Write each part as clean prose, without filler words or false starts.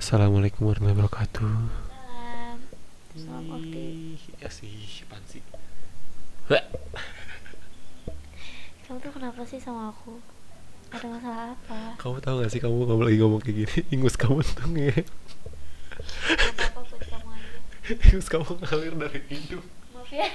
Assalamualaikum warahmatullahi wabarakatuh. Salam. Salam Okti. Ya sih, apaan sih? Kamu tuh kenapa sih sama aku? Ada masalah apa? Kamu tahu gak sih, kamu lagi ngomong kayak gini, ingus kamu tuh Gak apa-apa buat kamu aja. ingus kamu ngalir dari hidung. Maaf ya.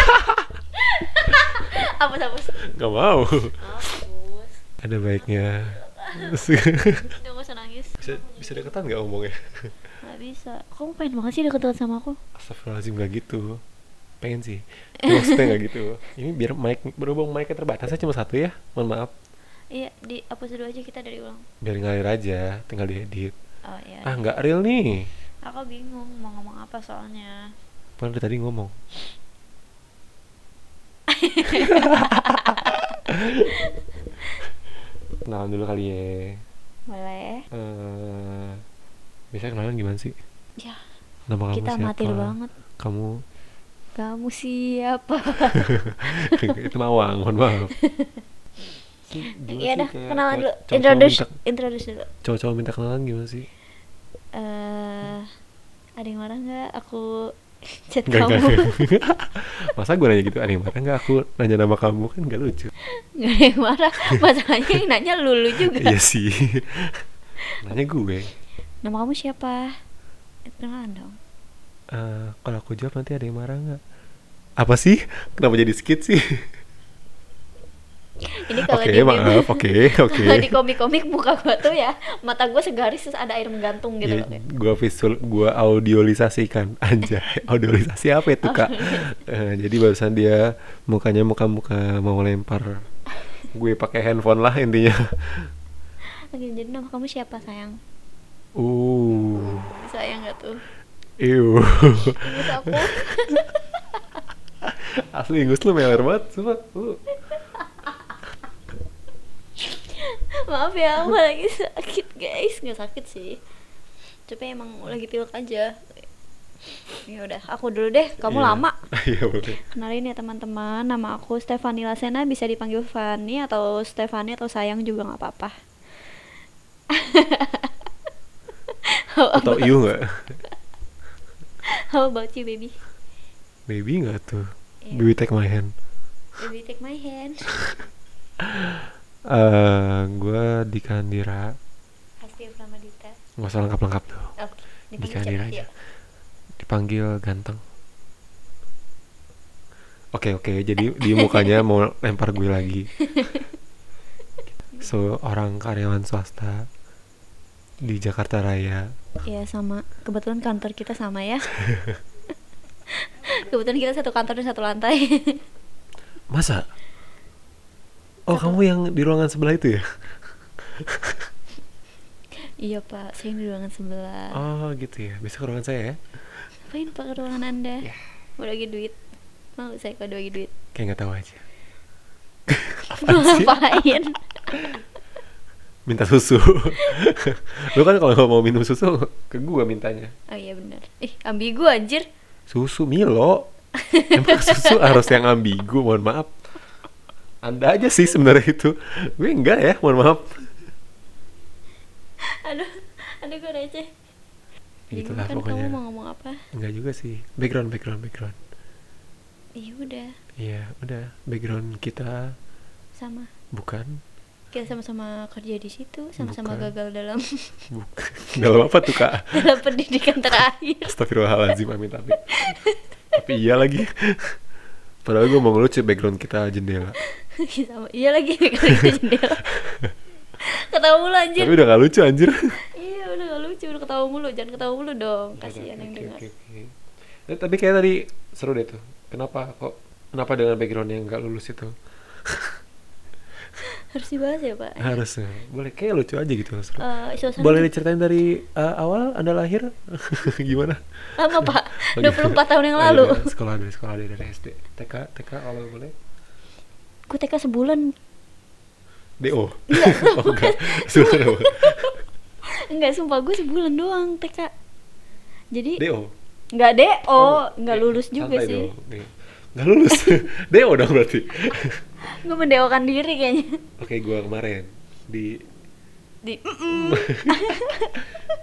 Hapus. Gak mau. Hapus. Ada baiknya. Udah gak usah nangis. bisa deketan gak ngomongnya? Gak bisa. Kamu pengen banget sih deket-deket sama aku? Astagfirullahaladzim, gak gitu. Pengen sih. Maksudnya gak gitu. Ini biar berhubung mic-nya terbatasnya cuma satu ya. Mohon maaf. Iya, dihapus dulu aja, kita dari ulang. Biar ngalir aja, tinggal diedit. Oh iya. Gak real nih. Aku bingung mau ngomong apa soalnya. Padahal dari tadi ngomong. Kenalan dulu kali ya. Boleh. Bisa kenalan gimana sih? Ya, Nama kamu kita siapa? amatir banget. Kamu siapa? Itu Mawang, mohon maaf. Iya dah, kenalan dulu. Introduce dulu. Cowok-cowok minta kenalan gimana sih? Ada yang marah nggak? Aku chat Gak. kamu. Masa gue nanya gitu, ada yang marah nggak? Aku nanya nama kamu, kan gak lucu. Nggak ada yang marah. Masalahnya yang nanya lulu juga. Iya sih. Nanya gue. Nama kamu siapa? Kenalan dong. Kalau aku jawab nanti ada yang marah nggak? Apa sih? Kenapa jadi skit sih? Ini kalau Oke, di maaf. Oke. kalau di komik-komik muka gue tuh ya mata gue segaris terus ada air menggantung gitu Ya, loh. gue audiolisasikan. Anjay, audiolisasi apa itu kak? Jadi barusan dia mukanya muka-muka mau lempar. Gue pakai handphone lah intinya. Oke, jadi nama kamu siapa sayang? Sayang nggak tuh? Ew. Ingat aku. Asli Ingus lu meler banget, sumpah. Maaf ya, aku lagi sakit guys. Nggak sakit sih, tapi emang lagi pilek aja. Ya udah, aku dulu deh. Kamu Iya. lama. Iya boleh. Kenalin ya teman-teman, nama aku Stefani Lasena, bisa dipanggil Fanny atau Stefani atau sayang juga nggak apa-apa. Atau Iu nggak? How about you, baby? Baby nggak tuh? Yeah. Baby take my hand. Baby take my hand. Gue di Kandira. Hasti Pramadita. Nggak usah lengkap-lengkap tuh. Oke, Di Kandira aja. ya. Dipanggil ganteng. Oke, jadi di mukanya mau lempar gue lagi. Seorang karyawan swasta di Jakarta Raya. Ya sama, kebetulan kantor kita sama ya. Kebetulan kita satu kantor dan satu lantai. Masa? Oh, kamu yang di ruangan sebelah itu ya? Iya pak, saya di ruangan sebelah. Oh gitu ya, bisa ke ruangan saya ya? Ngapain pak ke ruangan anda? Ya. Mau bagi duit? Mau saya kalau bagi duit? Kayak gak tahu aja. Apaan sih? Ngapain? Minta susu. Lu kan kalau mau minum susu ke gua mintanya. Oh iya benar. Ambigu anjir. Susu Milo. Emang susu harus yang ambigu, mohon maaf. Anda aja sih sebenarnya itu. Gue enggak ya, mohon maaf. Aduh gue receh. Gitulah Kan pokoknya. kamu mau ngomong apa? Enggak juga sih. Background. Iya udah, Iya, udah. Background kita sama. bukan. Kita sama-sama kerja di situ, sama-sama Bukan. gagal dalam Dalam apa tuh, Kak? dalam pendidikan terakhir. Astagfirullahaladzim, amin. Tapi iya lagi. Padahal gue mau ngelucu background kita jendela. Sama. Iya lagi kalau kita jendela. Ketawa mulu anjir. Tapi udah gak lucu anjir. Iya udah gak lucu, udah ketawa mulu. Jangan ketawa mulu dong, kasihan yang dengar. Tapi kayak tadi seru deh tuh. Kenapa dengan background yang gak lulus itu? Harus dibahas ya pak? Harusnya. Boleh, kayak lucu aja gitu. Seru. Suasana Boleh diceritain dari awal Anda lahir? Gimana? lama pak, Oh, gitu. 24 tahun yang Oh, lalu. iya, sekolah dari SD. TK kalau boleh. Gue TK sebulan. DO. Oh enggak. Sudah. Enggak, sumpah gue sebulan doang TK. Jadi DO. enggak enggak lulus juga santai sih. dong. Nggak lulus. DO dong berarti. Gue mendewakan diri kayaknya. Oke, gue kemarin di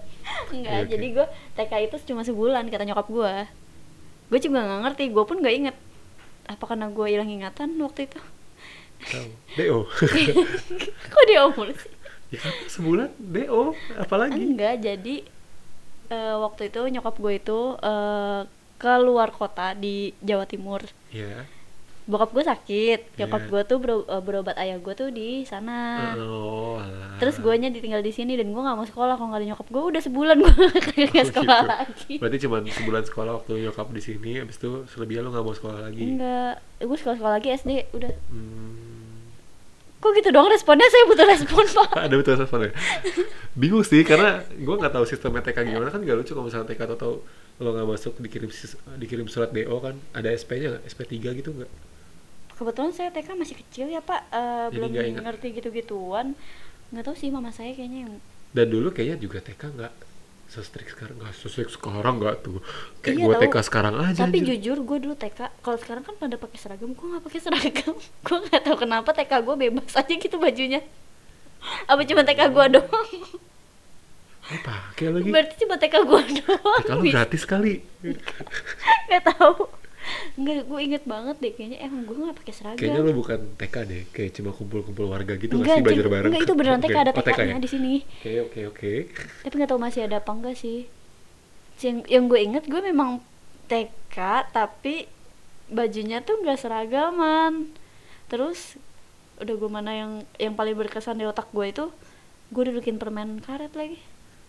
Enggak, Oke. jadi gue TK itu cuma sebulan kata nyokap gue juga nggak ngerti, gue pun nggak inget apa karena gue hilang ingatan waktu itu. Tahu. DO. Kok dia omul sih? Ya kan sebulan DO apalagi? Enggak, jadi waktu itu nyokap gue itu keluar kota di Jawa Timur. Ya. Bokap gue sakit, nyokap Iya. gue tuh berobat ayah gue tuh di sana. Oh, alah. Terus guanya ditinggal di sini dan gue nggak mau sekolah kalau nggak ada nyokap gue. Udah sebulan gue nggak sekolah gitu. lagi. Berarti cuma sebulan sekolah waktu nyokap di sini, abis itu selebihnya lu nggak mau sekolah lagi. Enggak, gue sekolah lagi SD udah. Hmm. Kok gitu dong responnya? Saya butuh respon pak. Ada betul responnya. Bingung sih karena gue nggak tahu sistemnya TK gimana, kan gak lucu kalau misalnya TK atau lo nggak masuk dikirim surat DO kan, ada SP-nya nggak, SP 3 gitu nggak? Kebetulan saya TK masih kecil ya pak, Jadi belum nggak ingat. ngerti gitu-gituan. Nggak tahu sih, mama saya kayaknya yang Dan dulu kayaknya juga TK nggak se-strict sekarang, nggak se-strict sekarang nggak tuh, kayak Iya gue tahu. TK sekarang aja. Tapi anjir. jujur gue dulu TK, kalau sekarang kan pada pakai seragam, gue nggak pakai seragam. Gue nggak tahu kenapa TK gue bebas aja gitu bajunya. Apa cuma TK gue doang? Pakai lagi. Berarti cuma TK gue doang. TK lu gratis kali. Nggak tahu. Nggak, gue inget banget deh kayaknya emang gue nggak pakai seragam. Kayaknya lu bukan TK deh, kayak cuma kumpul-kumpul warga gitu nggak Enggak, sih, belajar anjir. bareng. Enggak, itu beneran TK, ada Oh, TK-nya ya? di sini. Oke. Tapi nggak tahu masih ada apa enggak sih. Yang gue inget gue memang TK tapi bajunya tuh nggak seragaman. Terus udah gue mana yang paling berkesan di otak gue itu gue dudukin permen karet lagi.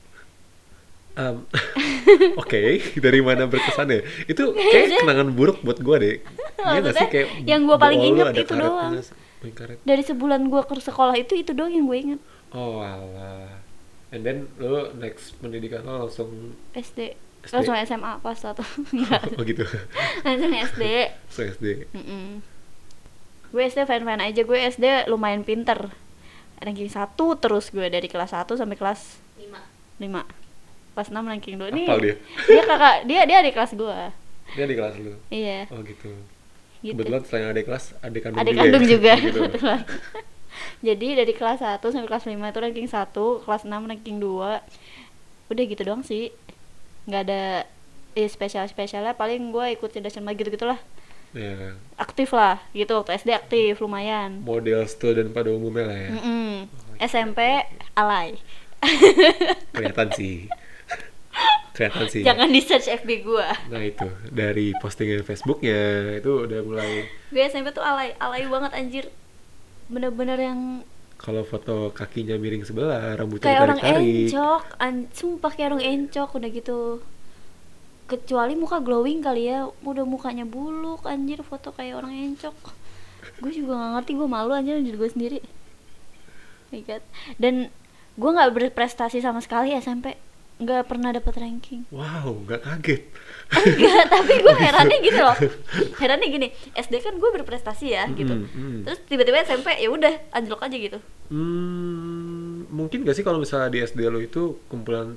Oke, dari mana berkesan ya? Itu kayak kenangan buruk buat gue deh. Iya nggak sih, Maksudnya, kayak yang gue paling bool lu inget ada itu karetnya doang. nggak sih? Main karet. Dari sebulan gue ke sekolah itu doang yang gue inget. Oh alah. And then lu next pendidikan lo langsung SD. SD? Langsung SMA pas atau enggak. oh gitu. Langsung SD. So SD. Gue SD fine-fine aja, gue SD lumayan pinter. Ranking 1 terus gue dari kelas 1 sampai kelas 5. Kelas 6 ranking 2 nih. Hafal dia? Dia kakak, dia adik kelas gue. Dia di kelas lu. Iya. Oh gitu. Gitu. Kebetulan selain adik kelas, adik kandung Adik juga. kandung ya? juga. gitu. Kebetulan. Jadi dari kelas 1 sampai kelas 5 itu ranking 1, kelas 6 ranking 2. Udah gitu doang sih. Nggak ada spesialnya, paling gue ikut cerdasan magi gitu-gitulah. Ya, Aktif lah gitu, waktu SD aktif lumayan. model student pada umumnya lah ya. SMP alay. Kelihatan sih. Kelihatan sih. Jangan di search FB gue. Nah itu dari postingan Facebooknya itu udah mulai. Gue SMP tuh alay banget anjir. Bener-bener yang Kalau foto kakinya miring sebelah, rambutnya kayak orang ditarik-tarik. encok, sumpah kayak orang encok udah gitu. Kecuali muka glowing kali ya, udah mukanya buluk anjir, foto kayak orang encok. Gue juga gak ngerti, gue malu anjir diri gue sendiri. My God. Dan gue gak berprestasi sama sekali SMP, gak pernah dapet ranking. Wow, nggak kaget. Enggak, tapi gue herannya gini loh. Herannya gini, SD kan gue berprestasi ya gitu. Terus tiba-tiba SMP ya udah anjlok aja gitu. Mungkin gak sih kalau misalnya di SD lo itu kumpulan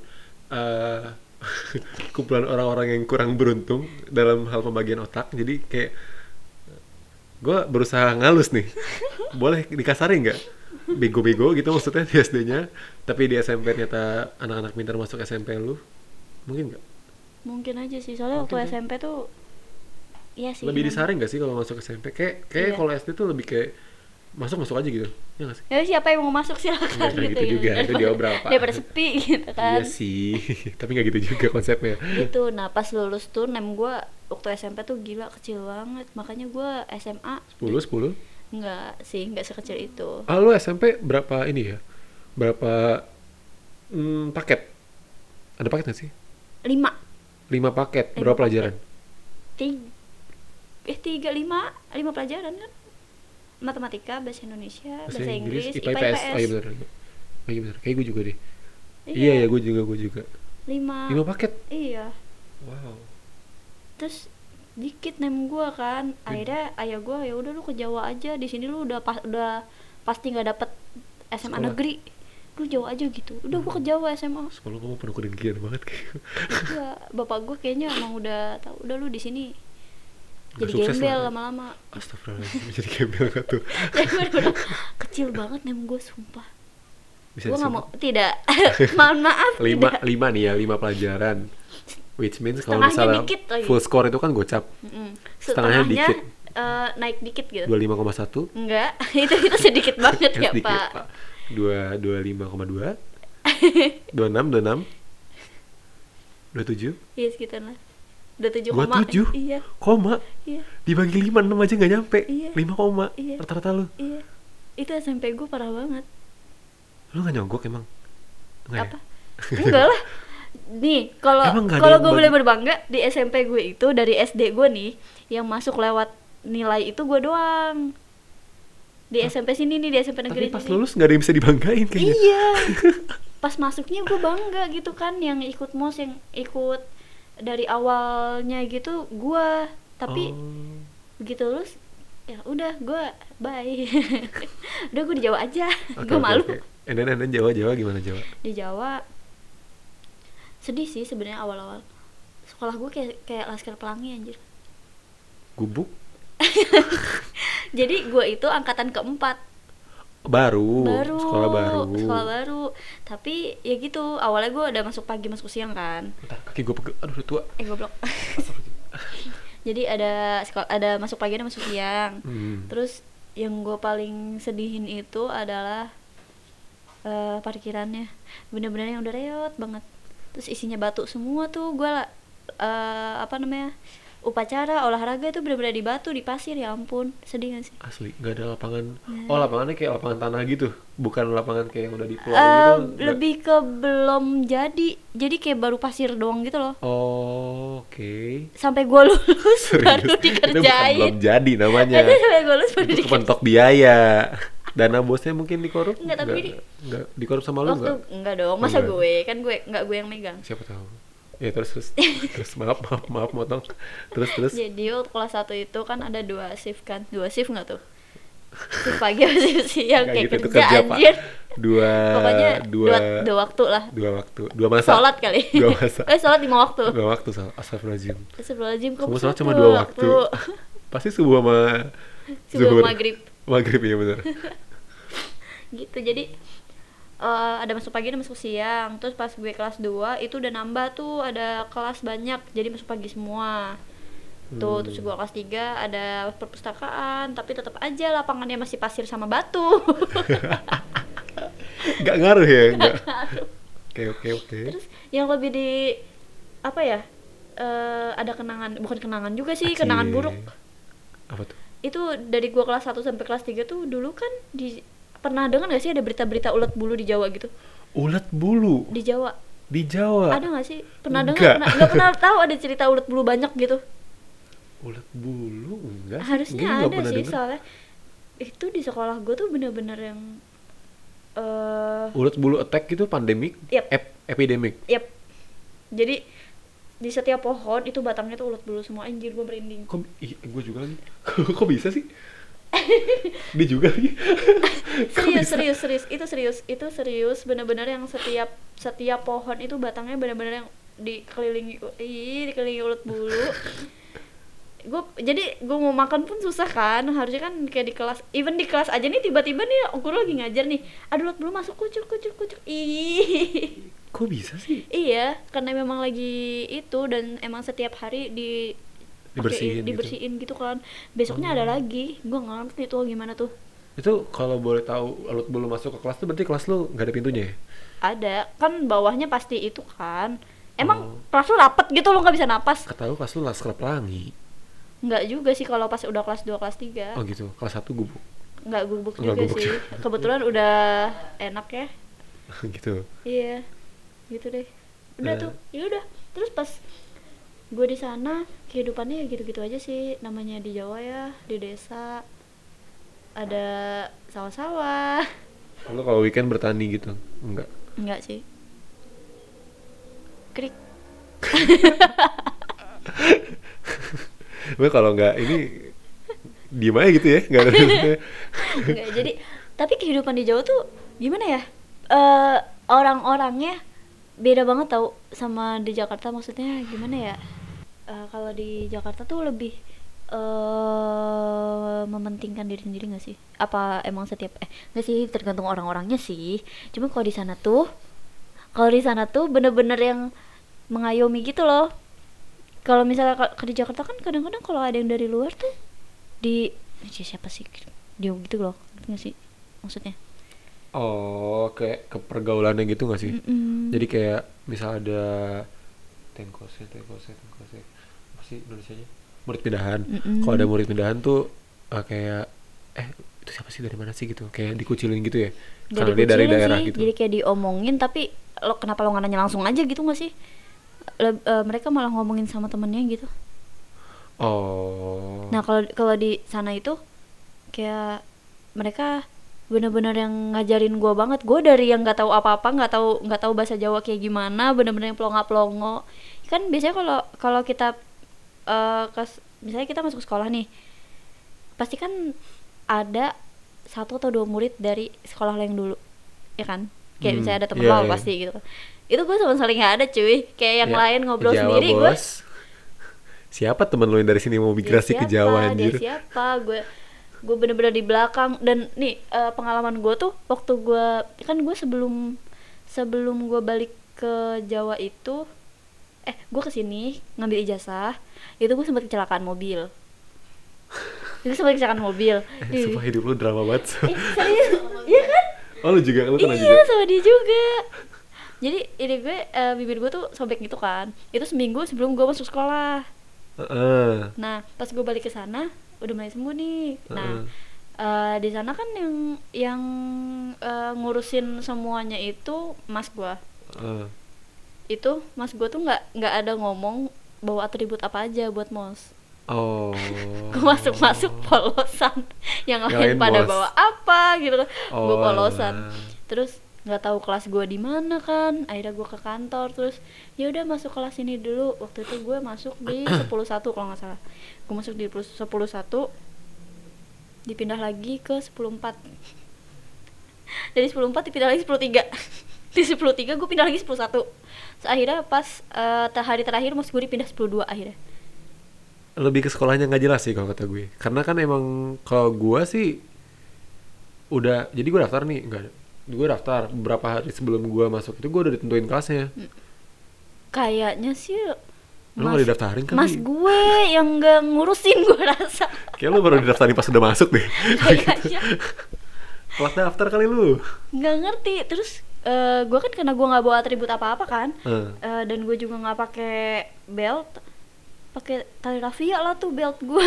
kumpulan orang-orang yang kurang beruntung dalam hal pembagian otak. Jadi kayak gue berusaha ngalus nih. Boleh dikasarin nggak? Bego-bego gitu maksudnya di SD-nya. Tapi di SMP ternyata anak-anak pintar masuk SMP lu. Mungkin nggak? Mungkin aja sih, soalnya Mungkin waktu ya. SMP tuh iya sih. Lebih emang. disaring gak sih kalau masuk SMP? Kayak Iya. kalau SD tuh lebih kayak masuk aja gitu. Ya gak sih? Ya siapa yang mau masuk silakan Nggak kayak gitu, gitu juga, itu jawab berapa. daripada sepi gitu kan. Iya sih. Tapi nggak gitu juga konsepnya. Gitu. Nah pas lulus tuh nem gue waktu SMP tuh gila kecil banget, makanya gue SMA 10? enggak sih, enggak sekecil itu. Ah, lu SMP berapa ini ya? Berapa paket? Ada paket nggak sih? 5 5 paket. 5 Berapa paket. pelajaran? 5 pelajaran kan, matematika, bahasa Indonesia, bahasa Inggris, IPA, IPA, IPS. IPS. Oh iya benar. Oh iya benar. Kayak gue juga deh. Iya ya, gue juga. 5 paket. iya. Wow. Terus dikit nem gue kan, akhirnya ayah gue ya udah lu ke Jawa aja, di sini lu udah pasti nggak dapet SMA Sekolah. negeri, lu Jawa aja gitu. Udah gue ke Jawa SMA. Sekolah kamu penuh kedengkian banget kayak. Iya, bapak gue kayaknya emang udah tahu, udah lu di sini Nggak jadi sukses gembel lah. lama-lama. Astagfirullahaladzim, jadi gembel gak tuh? Ya bener-bener kecil banget nem gue sumpah. Bisa Gue nggak disebut. mau, tidak. Mohon maaf, tidak. Lima nih ya, 5 pelajaran. Which means kalau Setengahnya misalnya dikit lagi. full score itu kan gocap. Setengahnya dikit. Naik dikit gitu. 25,1. Enggak, itu sedikit banget Ya ya sedikit, Pak. Pak. 25,2. 26, 27. Iya sekitar lah. Udah 7 Gua koma. 7. Iya, Koma. iya, Dibagi 5, 6 aja nggak nyampe. Iya. 5 koma. Iya. Rata-rata lu. iya. Itu SMP gue parah banget. Lu nggak nyogok emang? Nggak Apa? ya? Enggak lah. Nih, kalau Emang nggak ada kalau yang gue boleh bagi- berbangga di SMP gue itu dari SD gue nih yang masuk lewat nilai itu gue doang. Di SMP sini nih, di SMP negeri Tapi pas sini. lulus nggak ada yang bisa dibanggain kayaknya. Iya. Pas masuknya gue bangga gitu kan, yang ikut MOS, yang ikut dari awalnya gitu gue. Tapi Oh. begitu lulus ya udah gue bye. Udah gue di Jawa aja. Oke, Gue oke, malu. oke. And then Jawa gimana Jawa? Di Jawa sedih sih sebenarnya awal-awal. Sekolah gue kayak Laskar Pelangi anjir. Gubuk Jadi gue itu angkatan keempat. baru, Baru sekolah baru. sekolah baru. Tapi ya gitu, awalnya gue ada masuk pagi masuk siang kan. Bentar, kaki gue pegel. Aduh, udah tua. Goblok. Jadi ada sekolah, ada masuk pagi ada masuk siang. Terus yang gue paling sedihin itu adalah parkirannya. Bener-bener yang udah reot banget. Terus isinya batu semua tuh. Gue apa namanya, upacara olahraga itu bener-bener di batu, di pasir. Ya ampun, sedih gak sih? Asli, nggak ada lapangan. Ya. Oh, lapangannya kayak lapangan tanah gitu, bukan lapangan kayak yang udah di floor gitu. Nggak? Lebih ke belum jadi kayak baru pasir doang gitu loh. Oh, oke. Sampai gue lulus baru Serius? Itu bukan dikerjain. belum jadi namanya. Itu sampai gue lulus baru Itu dikerjain. kepentok biaya. Dana bosnya mungkin dikorup? Enggak, tapi ini nggak dikorup sama lu waktu nggak? enggak dong, masa enggak. gue kan enggak gue yang megang. Siapa tahu. Ya terus maaf motong. Terus. Jadi waktu kelas 1 itu kan ada 2 shift kan. 2 shift enggak tuh? Shift pagi sama shift siang Nggak kayak gitu, itu kerja kerja, Pak. anjir. Dua Dua waktu lah. dua waktu. Dua masa. Sholat kali. Dua masa. Sholat 5 waktu. Dua waktu, astagfirullahaladzim. Astagfirullahaladzim, kok Kamu sholat satu cuma 2 waktu. Pasti subuh sama Sebelum zuhur. maghrib. Maghrib ya benar. Gitu. Jadi ada masuk pagi ada masuk siang. Terus pas gue kelas 2 itu udah nambah tuh, ada kelas banyak, jadi masuk pagi semua tuh. Terus gue kelas 3 ada perpustakaan, tapi tetap aja lapangannya masih pasir sama batu. Nggak ngaruh ya, nggak. Oke. Terus yang lebih di apa ya, ada kenangan, bukan kenangan juga sih, Acie. kenangan buruk. Apa tuh? Itu dari gue kelas 1 sampai kelas 3 tuh dulu kan pernah dengar gak sih ada berita-berita ulet bulu di Jawa gitu? Ulet bulu Di Jawa di Jawa. ada gak sih? Pernah Enggak. dengar? Nggak pernah tahu ada cerita ulet bulu banyak gitu? Ulet bulu enggak sih. Harusnya Kayaknya nggak ada pernah sih, denger. soalnya itu di sekolah gue tuh bener-bener yang Ulet bulu attack gitu pandemik, Yep. epidemic. yep. Jadi di setiap pohon itu batangnya tuh ulet bulu semua. Anjir, gue merinding. Kok gue juga lagi. Kok bisa sih? Dia juga lagi. Itu serius bener-bener yang setiap pohon itu batangnya bener-bener yang dikelilingi ulet bulu. Jadi gue mau makan pun susah kan, harusnya kan kayak di kelas, even di kelas aja nih tiba-tiba nih guru lagi ngajar nih, ada ulet bulu masuk, kucur. Ih. Kok bisa sih? Iya, karena memang lagi itu, dan emang setiap hari dibersihin gitu kan. Besoknya ada lagi, gue nggak ngerti tuh gimana tuh. Itu kalau boleh tahu ulet bulu masuk ke kelas tuh berarti kelas lu nggak ada pintunya ya? Ada kan, bawahnya pasti itu kan. Emang kelas lu rapet gitu, lo nggak bisa napas? Kata lu kelas lu Laskar Pelangi. Nggak juga sih, kalau pas udah kelas 2 kelas 3. Oh gitu. Kelas 1 gubuk. Nggak gubuk Nggak juga gubuk sih. juga. Kebetulan udah enak ya. Gitu. Iya, gitu deh. Udah tuh, ya udah. Terus pas gue di sana kehidupannya ya gitu-gitu aja sih. Namanya di Jawa ya, di desa ada sawah-sawah. Lu kalau weekend bertani gitu? Enggak. Enggak sih. Krik. Gue kalau nggak ini diem aja gitu ya, nggak ada. Enggak. Jadi tapi kehidupan di Jawa tuh gimana ya? Orang-orangnya beda banget tau sama di Jakarta. Maksudnya gimana ya? Kalau di Jakarta tuh lebih mementingkan diri sendiri nggak sih? Apa emang setiap nggak sih, tergantung orang-orangnya sih. Cuma kalau di sana tuh bener-bener yang mengayomi gitu loh. Kalau misalnya di Jakarta kan kadang-kadang kalau ada yang dari luar tuh di siapa sih dia gitu loh, ngerti nggak sih maksudnya? Oh, kayak ke pergaulannya gitu gak sih? Mm-mm. Jadi kayak misal ada tengkose apa sih Indonesianya? Murid pindahan. Kalau ada Mm-mm. murid pindahan tuh kayak itu siapa sih, dari mana sih gitu, kayak dikucilin gitu ya Gak karena dia dari dikucilin daerah sih, gitu. jadi kayak diomongin, tapi kenapa lo nggak nanya langsung aja gitu nggak sih? Mereka malah ngomongin sama temennya gitu. Oh. Nah, kalau kalau di sana itu kayak mereka bener-bener yang ngajarin gue banget. Gue dari yang nggak tahu apa-apa, nggak tahu bahasa Jawa kayak gimana, bener-bener yang pelongo-pelongo. Kan biasanya kalau kalau kita misalnya kita masuk sekolah nih, pasti kan ada satu atau dua murid dari sekolah lo yang dulu, ya kan? Kayak misalnya ada temen Iya, lo iya. pasti gitu. Itu gue sama sekali nggak ada cuy. Kayak yang Ya, lain ngobrol Jawa sendiri, gue bos. Siapa temen lo yang dari sini mau dia migrasi ke Jawa siapa, dia anjir? siapa. Gue bener-bener di belakang. Dan nih pengalaman gue tuh waktu gue kan gue sebelum sebelum gue balik ke Jawa itu, gue kesini ngambil ijazah, itu gue sempat kecelakaan mobil. Itu sempat kecelakaan mobil. Sumpah hidup lo drama banget. Serius? Iya kan? Oh lu juga, lu kena Iya, juga. sama dia juga. Jadi ini gue bibir gue tuh sobek gitu kan. Itu seminggu sebelum gue masuk sekolah. Heeh. Nah, pas gue balik ke sana udah mulai sembuh nih. Nah, Heeh. di sana kan yang ngurusin semuanya itu mas gue. Heeh. Itu mas gue tuh nggak ada ngomong bawa atribut apa aja buat mos. Oh. Gue masuk polosan, yang Yang lain lain pada mos. bawa apa gitu kan. Gue Oh polosan. alah. Terus nggak tahu kelas gue di mana kan, akhirnya gue ke kantor. Terus ya udah masuk kelas ini dulu. Waktu itu gue masuk di 10.1 kalau nggak salah. Gue masuk di 10.1, dipindah lagi ke 10.4. Dari 10.4 dipindah lagi 10.3. Di 10.3 gue pindah lagi 10.1. So, akhirnya pas hari terakhir mas gue dipindah 10.2 akhirnya. Lebih ke sekolahnya nggak jelas sih kalau kata gue. Karena kan emang kalau gue sih udah, jadi gue daftar nih, enggak, gue daftar beberapa hari sebelum gue masuk itu gue udah ditentuin kelasnya. Kayaknya sih Lu nggak didaftarin kali? mas gue yang nggak ngurusin gue rasa. Kayak lu baru didaftarin pas udah masuk deh. Kayaknya Kelas daftar kali lu. nggak ngerti. Terus gue kan karena gue nggak bawa atribut apa-apa kan, Heeh. dan gue juga nggak pakai belt, pakai tali rafia lah tuh belt gue.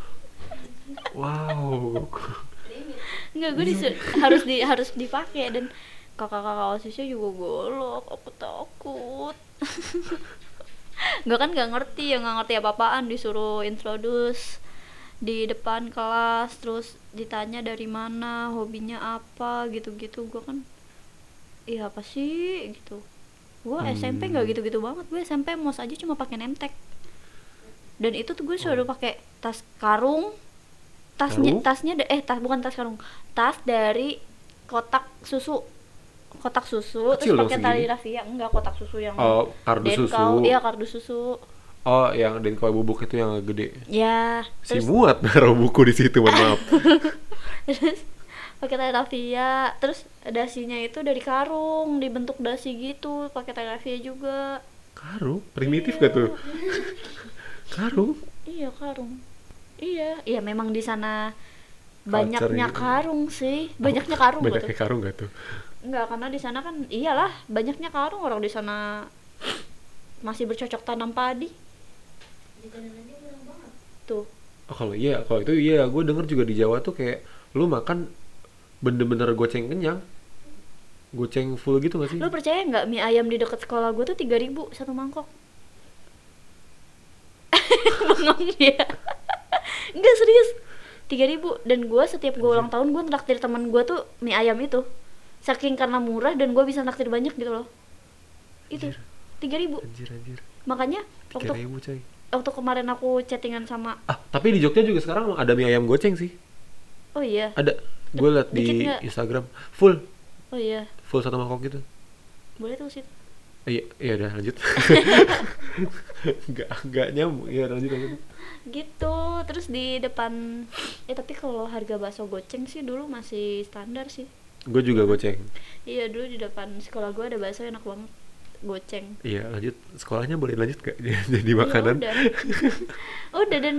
Wow. Nggak, gue harus dipakai. Dan kakak-kakak osisnya juga golok, aku takut. Gue kan nggak ngerti apa-apaan, disuruh introduce di depan kelas, terus ditanya dari mana, hobinya apa, gitu-gitu. Gue kan iya apa sih gitu. Gue SMP nggak gitu-gitu banget. Gue SMP mos aja cuma pakai nemtek. Dan itu tuh gue selalu pakai tas karung. Karung? Tas bukan tas karung, tas dari kotak susu. Kotak susu Kecil terus dong pakai segini. tali rafia. Enggak, kotak susu yang Oh, kardus Denkau. susu. Iya, kardus susu. Oh, yang Denko bubuk itu yang gede. Ya, Si terus muat naruh buku di situ, mohon maaf. terus pakai tali rafia. Terus dasinya itu dari karung, dibentuk dasi gitu, pakai tali rafia juga. Karung? Primitif gak tuh? Karung? Iya, karung. Iya memang di sana Culture banyaknya gitu. karung sih. Banyaknya karung gak Banyaknya tuh? karung gak tuh? Enggak, karena di sana kan iyalah banyaknya karung, orang di sana masih bercocok tanam padi. Tuh. Oh kalau itu iya, gue denger juga di Jawa tuh kayak lu makan bener-bener goceng kenyang, goceng full gitu gak sih? Lu percaya nggak, mie ayam di dekat sekolah gue tuh 3.000 satu mangkok. Bengong dia. Enggak, serius. 3.000. Dan gue setiap gue ulang tahun gue traktir teman gue tuh mie ayam itu. Saking karena murah dan gue bisa traktir banyak gitu loh. Itu 3.000. Anjir. Makanya 3.000 coy. waktu kemarin aku chattingan sama, Ah, tapi di Jogja juga sekarang ada mie ayam goceng sih. oh iya, Ada. Gue liat Dikit di nggak? Instagram full oh iya, satu mangkok gitu. boleh tuh sih. Iya, iya udah lanjut. Nggak nyambung. Iya lanjut lanjut. Gitu. Terus di depan, tapi kalau harga bakso goceng sih dulu masih standar sih. Gue juga goceng. Iya, dulu di depan sekolah gue ada bakso enak banget, goceng. Iya lanjut. Sekolahnya boleh lanjut gak? Jadi Iya makanan. udah. Udah dan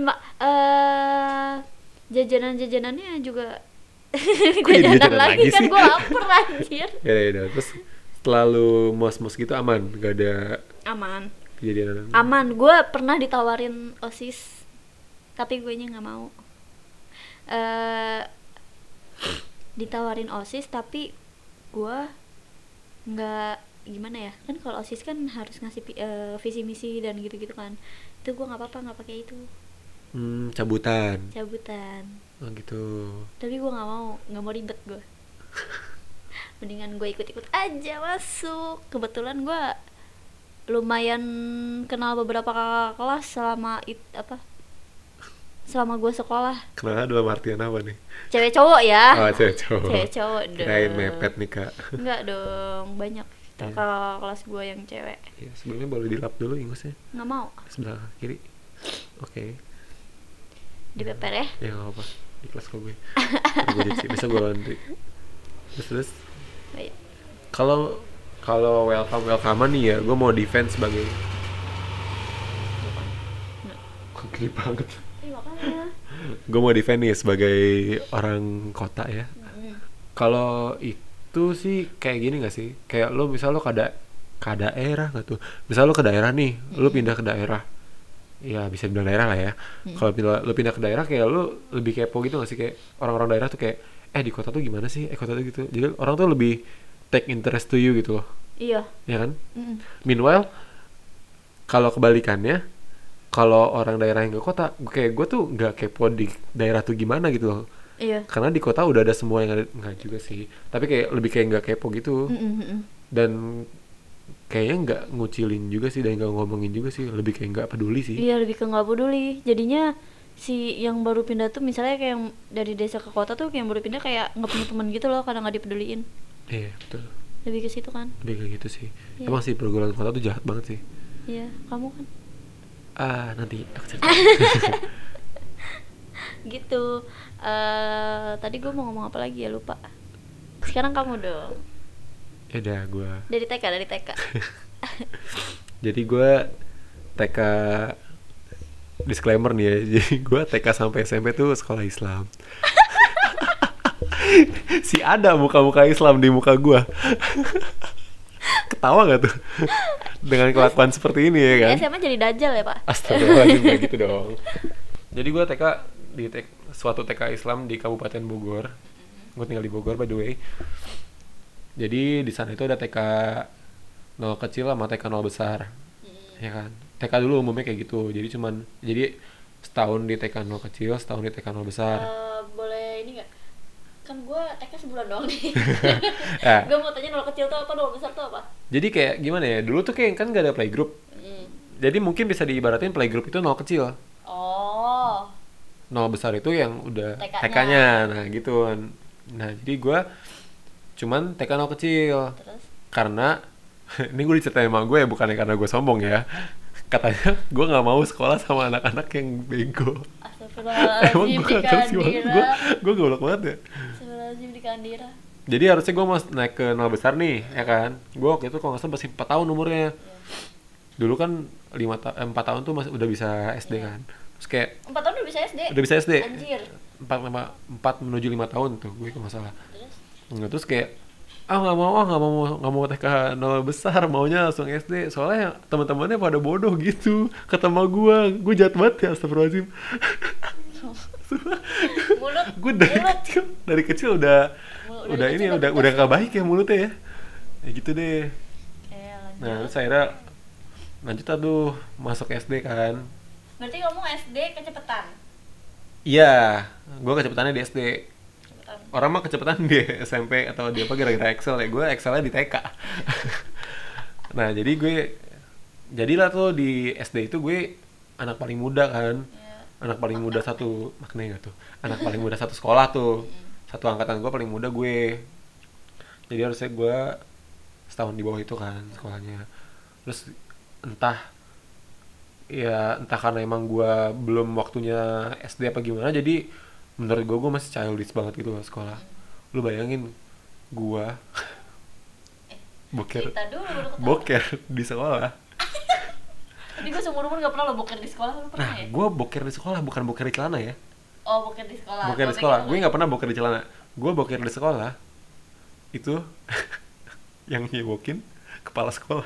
jajanan-jajanannya juga Kok jadi jajanan jajanan lagi lagi kan sih? gue lapar anjir. Ya ya udah. Terus selalu mos-mos gitu aman, gak ada Aman. kejadian. Aman, gue pernah ditawarin OSIS tapi gue nya nggak mau. eh Ditawarin OSIS tapi gue nggak, gimana ya, kan kalau OSIS kan harus ngasih visi misi dan gitu-gitu kan. Itu gue nggak apa-apa, nggak pakai itu, Cabutan. cabutan. Oh gitu. Tapi gue nggak mau ribet gue. Mendingan gue ikut-ikut aja masuk. Kebetulan gue lumayan kenal beberapa kakak kelas selama gue sekolah. Kenal dalam artian apa nih? Cewek cowok ya. Oh cewek cowok. Cewek cowok dong. Kirain mepet nih kak. Enggak dong, banyak Iya. kakak kelas gue yang cewek. Ya, sebelumnya boleh dilap dulu ingusnya. Nggak mau Sebelah kiri. Oke. dipeper ya. Ya nggak apa-apa. Di kelas gue. Gue cuci. Besok gue laundry. Terus. Baik. Kalau kalau welcome nih ya, gue mau defense sebagai Nah. gini banget. Makanya. Gue mau defense nih sebagai orang kota ya. Kalau itu sih kayak gini gak sih? Kayak lo misal lo ke daerah gak tuh? Misal lo ke daerah nih, lo pindah ke daerah. Ya bisa bilang daerah lah ya. Kalau lo pindah ke daerah kayak lo lebih kepo gitu gak sih? Kayak orang-orang daerah tuh kayak di kota tuh gimana sih? Kota tuh gitu. Jadi orang tuh lebih take interest to you gitu loh. Iya. Ya kan? Mm-mm. Meanwhile, kalau kebalikannya, kalau orang daerah yang ke kota, kayak gue tuh nggak kepo di daerah tuh gimana gitu loh. Iya. Karena di kota udah ada semua yang ada, nggak juga sih. Tapi kayak lebih kayak nggak kepo gitu. Mm-mm. Dan kayaknya nggak ngucilin juga sih dan nggak ngomongin juga sih. Lebih kayak nggak peduli sih. Iya, lebih ke nggak peduli. Jadinya si yang baru pindah tuh misalnya kayak yang dari desa ke kota tuh kayak yang baru pindah kayak nggak punya teman gitu loh karena nggak dipeduliin. Iya betul. Lebih ke situ kan. Lebih kayak gitu sih. Iya. Emang sih pergaulan kota tuh jahat banget sih. Iya, kamu kan Nanti aku cerita. gitu. Tadi gue mau ngomong apa lagi ya, lupa. Sekarang kamu dong. Ya udah gue. Dari TK. Jadi gue TK, disclaimer nih ya. Jadi gue TK sampai SMP tuh sekolah Islam. Si ada muka-muka Islam di muka gue. Ketawa gak tuh? Dengan kelakuan seperti ini ya kan? SMA jadi dajal ya, Pak? Astagfirullahaladzim, kayak gitu dong. Jadi gue TK di suatu TK Islam di Kabupaten Bogor. Gue tinggal di Bogor by the way. Jadi di sana itu ada TK 0 kecil sama TK 0 besar. Ya kan? TK dulu umumnya kayak gitu. Jadi setahun di TK 0 kecil, setahun di TK 0 besar. Boleh ini nggak? Kan gue TK sebulan doang nih. Ya. Gue mau tanya 0 kecil tuh apa, 0 besar tuh apa? Jadi kayak gimana ya? Dulu tuh kayak kan gak ada playgroup. Jadi mungkin bisa diibaratin playgroup itu 0 kecil. Oh. 0 besar itu yang udah TK-nya. TK-nya. Nah, gitu. Nah, jadi gue cuman TK 0 kecil. Terus? Karena ini gue diceritain sama gue ya, bukannya karena gue sombong ya. Katanya gue nggak mau sekolah sama anak-anak yang bego. Emang Astagfirullahaladzim, gue di terus gimana? Kandira. Gue goblok banget ya. Astagfirullahaladzim, di Kandira. Jadi harusnya gue mau naik ke 0 besar nih, ya kan? Gue waktu itu kalau nggak salah masih 4 tahun umurnya. Dulu kan 4 tahun tuh masih udah bisa SD kan. Terus kayak 4 tahun udah bisa SD? udah bisa SD. Anjir. 4 menuju 5 tahun tuh gue kalau nggak salah. Terus? Nah, terus kayak nggak mau TK 0 besar, maunya langsung SD. Soalnya teman-temannya pada bodoh gitu. Kata sama gue jahat banget ya, astagfirullahaladzim. Mulut. Gue dari kecil udah ini udah gak baik ya mulutnya ya. Ya gitu deh. Lanjut. Nah, terus akhirnya lanjut tuh masuk SD kan. Berarti kamu SD kecepetan? Iya, gue kecepatannya di SD. Kecepetan. Orang mah kecepatan di SMP atau di apa gara-gara Excel ya. Gue Excelnya di TK. Nah, jadilah tuh di SD itu gue anak paling muda kan. Anak paling muda satu, maknanya gak tuh? Anak paling muda satu sekolah tuh. Satu angkatan gue paling muda gue. Jadi harusnya gue setahun di bawah itu kan sekolahnya. Terus entah entah karena emang gue belum waktunya SD apa gimana, jadi menurut gue masih childish banget gitu loh sekolah. Lu bayangin gue boker Cerita dulu baru ketawa. boker di sekolah. Tapi gue seumur umur gak pernah lo boker di sekolah, lu pernah Nah, ya? gue boker di sekolah, bukan boker di celana ya. Oh, boker di sekolah. Boker di Gua sekolah, pikir gue lo- nggak pernah boker di celana. Gue boker di sekolah itu yang nyebokin kepala sekolah.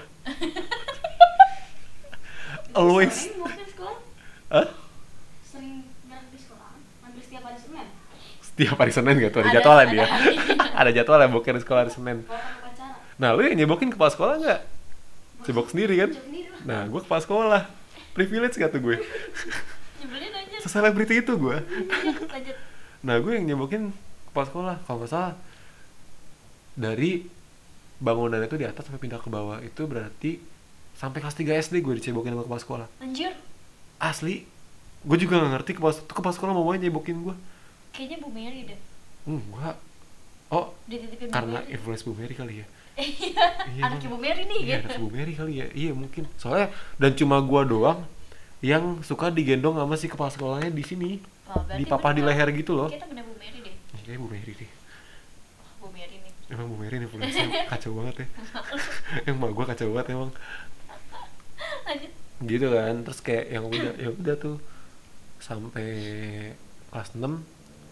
Always. Sering boker di sekolah? Hah? Sering gerak di sekolah? Hampir setiap hari Senin? Setiap hari Senin gitu, ada Ada- jadwalnya ada dia. harinya. Ada jadwalnya boker di sekolah hari Senin. Bawa kan upacara? Nah, lu yang nyebokin kepala sekolah nggak? Cebok sendiri kan? Cebok sendiri lah. Nah, gue kepala sekolah. Privilege gak tuh gue? Nyebelin aja. Seselebriti itu gue. Lanjut. Nah, gue yang nyebokin kepala sekolah. Kalau nggak salah, dari bangunan itu di atas sampai pindah ke bawah, itu berarti sampai kelas 3 SD gue dicebokin sama kepala sekolah. Anjir. Asli. Gue juga gak ngerti kepala sekolah mau nyebokin gue. Kayaknya Bu Mary deh. Enggak. Oh, Dititipin Bu karena Mary. influence Bu Mary kali ya. Iya. Iya, Anaknya Bang. Bu Mary nih Iya, gitu. anak Bu Mary kali ya. Iya, mungkin. Soalnya dan cuma gua doang yang suka digendong sama si kepala sekolahnya di sini. Oh, berarti Dipapah di bener. leher gitu loh. Kita bener Bu Mary deh. Kayaknya Bu Mary deh. Bu Mary nih. Emang Bu Mary influence kacau banget ya. Emang gua kacau banget emang. Lanjut. Gitu kan. Terus kayak yang udah tuh sampai kelas 6,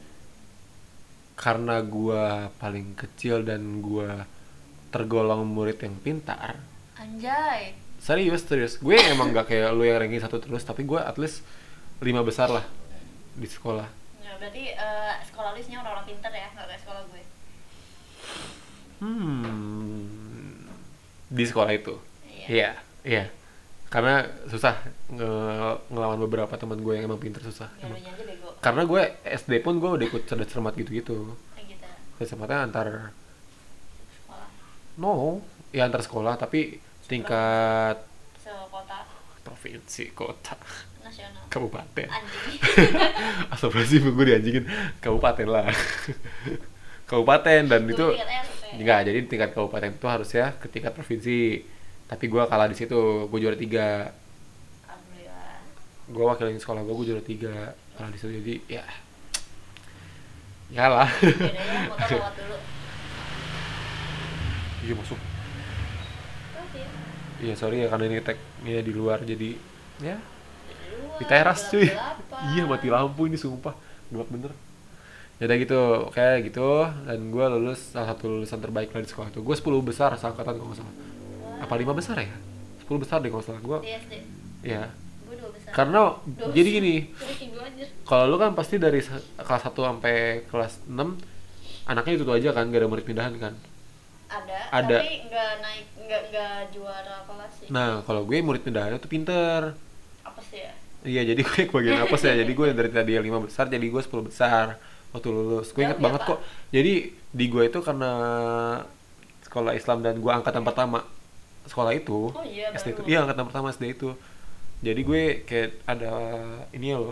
karena gua paling kecil dan gua tergolong murid yang pintar. Anjay. Serius gue emang gak kayak lu yang ranking 1 terus, tapi gue at least 5 besar lah di sekolah. Nah, berarti sekolah lu isinya orang-orang pintar ya, nggak kayak sekolah gue. Di sekolah itu iya karena susah ngelawan beberapa teman gue yang emang pintar, susah Ya lu emang. aja bego. Karena gue SD pun gue udah ikut cerdas cermat gitu Kayak gitu. cerdas cermatnya antar Sekolah. antar sekolah, tapi tingkat Sekota. provinsi, kota, Nasional. kabupaten. Anjing. Astagfirullahaladzim, gue dianjingin. Kabupaten lah. Kabupaten, dan Gue itu tingkat RT. enggak, jadi tingkat kabupaten itu harusnya ke tingkat provinsi. Tapi gue kalah di situ, gue juara 3. Alhamdulillah. Gue wakilin sekolah gue juara 3, kalah di situ. Jadi ya lah. Bedanya motor lewat dulu. Iya masuk. Oke. Iya sorry ya, karena ini tag-nya di luar, jadi ya Luar, di teras cuy. gelap-gelapan. Iya, mati lampu ini sumpah, gelap bener. Ya udah gitu, kayak gitu. Dan gue lulus salah satu lulusan terbaik lah di sekolah itu. Gue 10 besar seangkatan kalau nggak salah. Apa 5 besar ya? 10 besar deh kalau nggak salah gue. Di SD. Ya, Gue 2 besar. karena Dua jadi besar. gini, Terus gue anjir. kalau lu kan pasti dari kelas 1 sampai kelas 6 anaknya itu aja kan, gak ada murid pindahan kan. Ada. Tapi nggak naik, nggak juara kelas sih. Nah, kalau gue murid pindahannya tuh pinter. Apa sih ya? Iya, jadi gue bagian apa sih ya? Jadi gue dari tadi 5 besar jadi gue 10 besar waktu lulus. Gue inget Jauh ya, banget Pak? kok. Jadi di gue itu karena sekolah Islam dan gue angkatan pertama sekolah itu. Oh iya, SD itu. baru. Iya, angkatan pertama SD itu. Jadi gue kayak ada ini ya loh.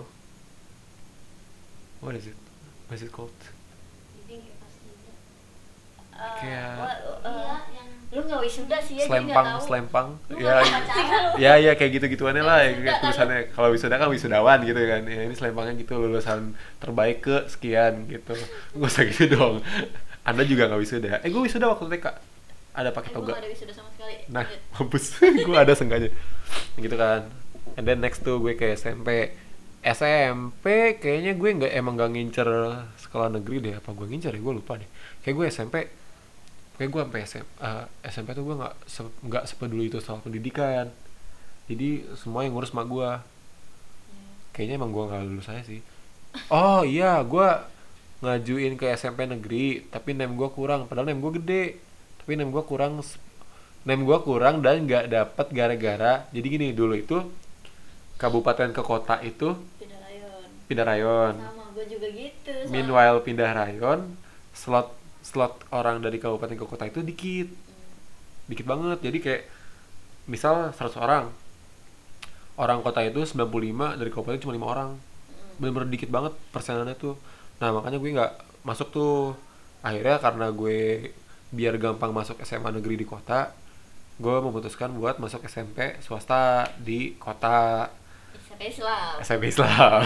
What is it? What is it called? Jadi nggak pasti juga. Kayak- Iya, yang Lu nggak wisuda sih ya, jadi nggak Selempang, tahu. selempang. Lu Ya, nggak pacaran. ya kayak gitu-gituannya lah, ya, Wisuda kayak kan? tulisannya. Kalau wisuda kan wisudawan gitu kan. Ya ini selempangnya gitu, lulusan terbaik ke sekian gitu. Gak usah gitu dong. Anda juga nggak wisuda. Gue wisuda waktu TK. Ada pakai Gue toga. nggak ada wisuda sama sekali. Nah, Lanjut. mampus. Gue ada sengganya. Gitu kan. And then next tuh gue ke SMP. SMP kayaknya gue emang nggak ngincer sekolah negeri deh. Apa gue ngincer ya? Gue lupa deh. Kayak gue SMP. Kayak gue sampai SMP tuh gue nggak sepeduli itu soal pendidikan. Jadi semua yang ngurus mak gue. Kayaknya emang gue nggak lulus aja sih. Oh iya, gue ngajuin ke SMP negeri, tapi nem gue kurang. Padahal nem gue gede, tapi nem gue kurang. Nem gue kurang dan nggak dapet gara-gara. Jadi gini, dulu itu kabupaten ke kota itu Pindah rayon. pindah rayon. Sama gue juga gitu. soalnya. Meanwhile pindah rayon, slot orang dari kabupaten ke kota itu dikit banget. Jadi kayak misal 100 orang kota itu 95, dari kabupaten cuma 5 orang. Bener-bener dikit banget persenannya tuh. Nah makanya gue nggak masuk tuh. Akhirnya karena gue biar gampang masuk SMA negeri di kota, gue memutuskan buat masuk SMP swasta di kota. SMP Islam. SMP Islam.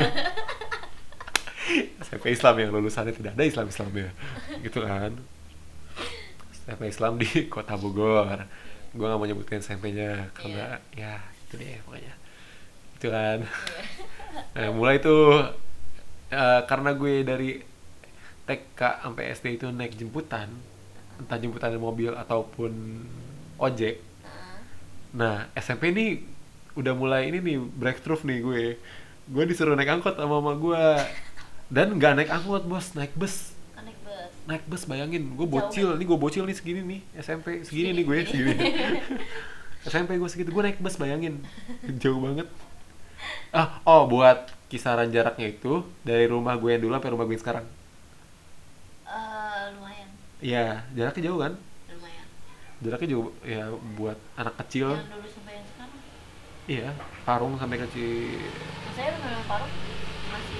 SMP Islam yang lulusannya tidak ada Islamnya gitu kan. SMP Islam di kota Bogor. Gue gak mau nyebutin SMP-nya karena ya itu deh pokoknya itu kan. Nah mulai tuh karena gue dari TK sampai SD itu naik jemputan, entah jemputan mobil ataupun ojek. Nah SMP ini udah mulai ini nih breakthrough nih gue disuruh naik angkot sama mama gue, dan nggak naik angkot bos, naik bus. Naik bus, bayangin gue bocil nih segini nih SMP segini nih gue segini. SMP gue segitu, gue naik bus, bayangin jauh banget. Buat kisaran jaraknya itu dari rumah gue yang dulu sampai rumah gue yang sekarang. Lumayan. Iya, jaraknya jauh kan? Lumayan. Jaraknya jauh ya buat anak kecil. Yang dulu sampai yang sekarang. Iya, Parung sampai kecil. Saya memang Parung masih,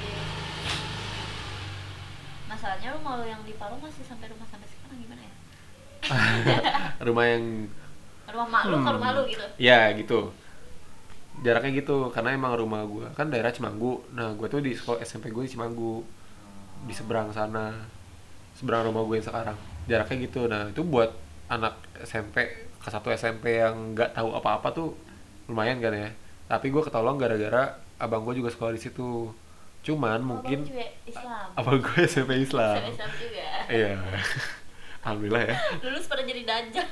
masalahnya rumah lo yang di Parung masih sampai sekarang gimana ya? Rumah yang Rumah mak lu ke rumah lu gitu. ya gitu. Jaraknya gitu karena emang rumah gue kan daerah Cimanggu. Nah, gue tuh di sekolah SMP gue di Cimanggu. Di seberang sana. Seberang rumah gue yang sekarang. Jaraknya gitu. Nah, itu buat anak SMP ke satu SMP yang nggak tahu apa-apa tuh lumayan kan ya. Tapi gue ketolong gara-gara abang gue juga sekolah di situ. Cuman mungkin Abang juga Islam. abang gue SMP Islam. Islam juga. Iya. Alhamdulillah ya. Lulus pada jadi dajjal.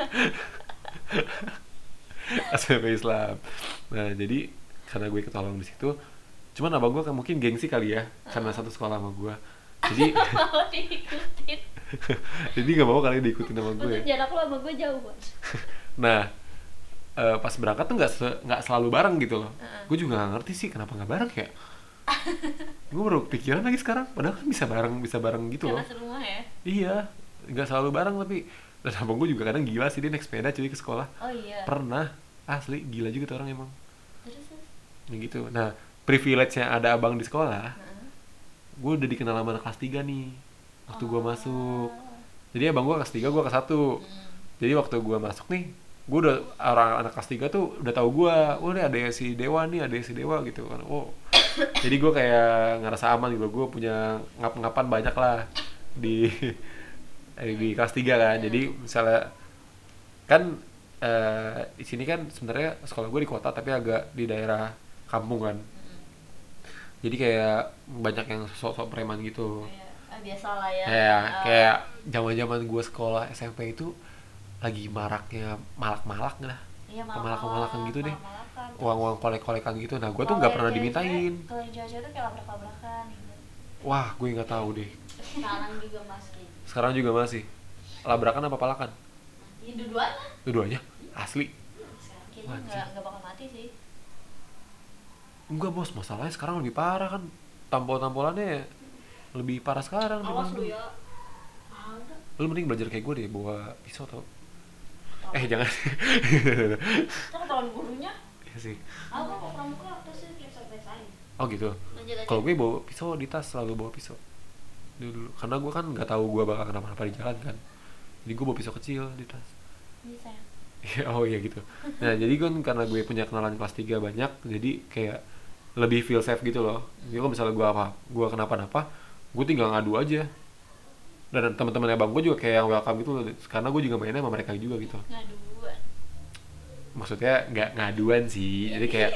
SMP Islam. Nah, jadi karena gue ketolong di situ, cuman abang gue kan mungkin gengsi kali ya, karena satu sekolah sama gue. Jadi Mau diikutin. jadi nggak mau kali diikutin sama gue. Maksudnya jarak lu sama gue jauh banget. Nah, pas berangkat tuh nggak selalu bareng gitu loh. Gue juga nggak ngerti sih kenapa nggak bareng ya. Gue baru pikiran lagi sekarang, padahal kan bisa bareng gitu loh. Karena serumah ya. Iya, nggak selalu bareng tapi. Dan abang gue juga kadang gila sih, dia naik sepeda cuy ke sekolah. Oh iya. Pernah, asli gila juga tuh orang emang. Terus. Ya gitu. Nah, privilege-nya ada abang di sekolah, gue udah dikenal sama anak kelas 3 nih waktu gue masuk. Jadi abang gue kelas 3, gue kelas 1. Jadi waktu gue masuk nih, gue udah orang anak kelas 3 tuh udah tahu gue. Oh, ini ada si Dewa gitu kan. Oh. Jadi gue kayak ngerasa aman gitu. Gue punya ngap-ngapan banyak lah di kelas 3 kan. Jadi misalnya kan di sini kan sebenarnya sekolah gue di kota tapi agak di daerah kampung kan. Jadi kayak banyak yang sok-sok preman gitu. Biasa lah ya. Kayak zaman-zaman gue sekolah SMP itu lagi maraknya malak-malak lah. Iya, malak-malakan gitu deh. Malak-malakan. Uang-uang kolek-kolekan gitu. Nah, gue tuh nggak pernah dimintain. Kalau yang cewek-cewek tuh kayak labrak-labrakan gitu. Wah, gue nggak tahu deh. Sekarang juga masih. Labrakan apa palakan? Ya dua-duanya. Dua-duanya? Asli? Kayaknya nggak bakal mati sih. Enggak bos, masalahnya sekarang lebih parah kan. Tampol-tampolannya lebih parah sekarang. Awas lu ya. Ada. Lu mending belajar kayak gue deh, bawa pisau tau. Jangan. Ntar ketahuan gurunya. Iya sih. Aku kok pramuka tasnya biasa-biasa aja. Oh gitu. Lanjut. Kalau gue bawa pisau di tas, selalu bawa pisau dulu. Karena gue kan nggak tahu gue bakal kenapa-napa di jalan kan. Jadi gue bawa pisau kecil di tas. Bisa. Oh iya gitu. Nah jadi kan karena gue punya kenalan kelas 3 banyak, jadi kayak lebih feel safe gitu loh. Jadi kalau misalnya gue kenapa-napa, gue tinggal ngadu aja. Dan teman-temannya bang gue juga kayak yang welcome gitu loh, karena gue juga mainnya sama mereka juga gitu. Ngaduan. Maksudnya nggak ngaduan sih, jadi kayak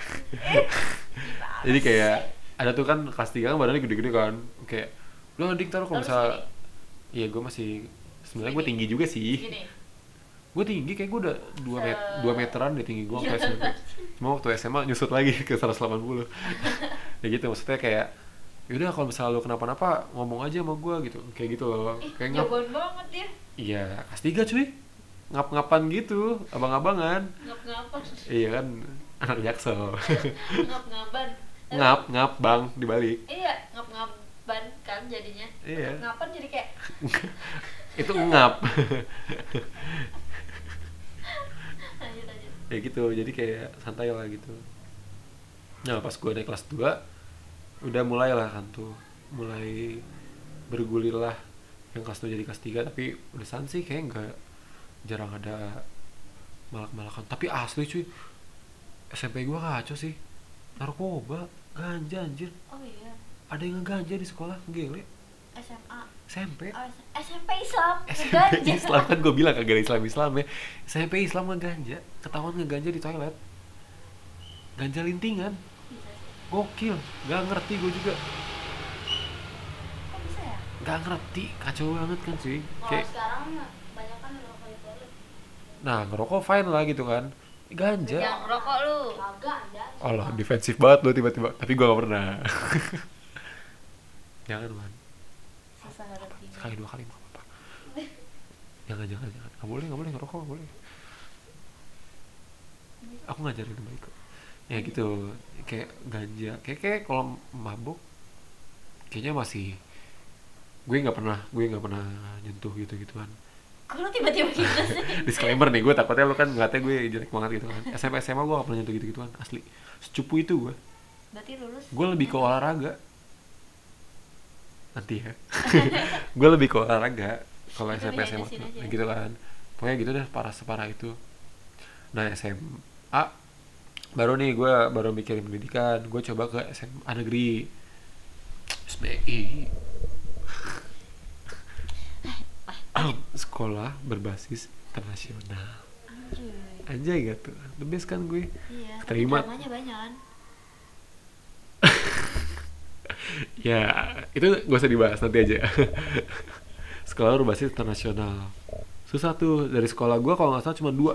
jadi kayak ada tuh kan kelas 3 kan badannya gede-gede kan, kayak lu adik taruh kalau misalnya, iya gue masih sebenarnya gue tinggi juga sih. Gini. Gue tinggi kayak gue udah 2 meteran deh tinggi gue waktu SMP. Cuma waktu SMA nyusut lagi ke 180. Ya gitu, maksudnya kayak yaudah kalau misalnya lu kenapa-napa ngomong aja sama gue gitu, kayak gitu loh. Kayak Jagoan banget dia. Iya, kelas 3 cuy. Ngap-ngapan gitu, abang-abangan. Ngap-ngapan. Iya kan, anak Jaksel. Ngap-ngapan. Ngap bang dibalik. Iya, ngap-ngapan kan jadinya. Iya. Ngapan jadi kayak Itu ngap. lanjut. Ya gitu, jadi kayak santai lah gitu. Nah pas gue naik kelas 2 udah mulai lah kan tuh, mulai bergulir lah yang kelas 2 jadi kelas 3. Tapi udah sih kayak jarang ada malak-malakan. Tapi asli cuy, SMP gue kacau sih. Narkoba, ganja anjir. Oh iya. Ada yang ngeganja di sekolah, gile. SMA. SMP. Oh, SMP Islam. SMP Ganja. Islam kan gue bilang kagak ada Islam ya. SMP Islam ngeganja, ketahuan ngeganja di toilet. Ganja lintingan, Bisa sih. gokil. Gak ngerti gue juga, Kok bisa ya? gak ngerti, kacau banget kan sih. Kalau Kayak, sekarang banyak kan rokok di toilet. nah ngerokok fine lah gitu kan. Ganja, Yang rokok lu. Kagak ada. Allah defensif banget lo tiba-tiba. Tapi gue gak pernah. Jangan man, Susah hati. sekali 2 kali mah apa. Jangan. Gak boleh ngerokok, gak boleh. Aku ngajarin sama Iko. Ya gitu, kayak ganja, kayak kalau mabuk, kayaknya masih, gue nggak pernah nyentuh gitu-gituan. Kok lu tiba-tiba gitu sih? Disclaimer nih, gue takutnya lo kan ngeliatnya gue jelek banget gitu kan. SMP SMA gue gak pernah nyentuh gitu-gituan, asli. Secupu itu gue. Berarti lulus. Gue lebih ke olahraga. Nanti ya. Gue lebih ke olahraga kalau Itu SMP behind the SMA scene tuh, aja. gitu kan. Pokoknya gitu deh, separah itu. Nah SMA baru nih gue baru mikirin pendidikan. Gue coba ke SMA negeri, SBI. Sekolah berbasis internasional. Anjay. Anjay gak tuh, the best kan gue. Iya. Terima. Tapi dramanya banyak kan. Ya itu gak usah dibahas, nanti aja. Sekolah berbasis internasional susah tuh. Dari sekolah gue kalau nggak salah cuma 3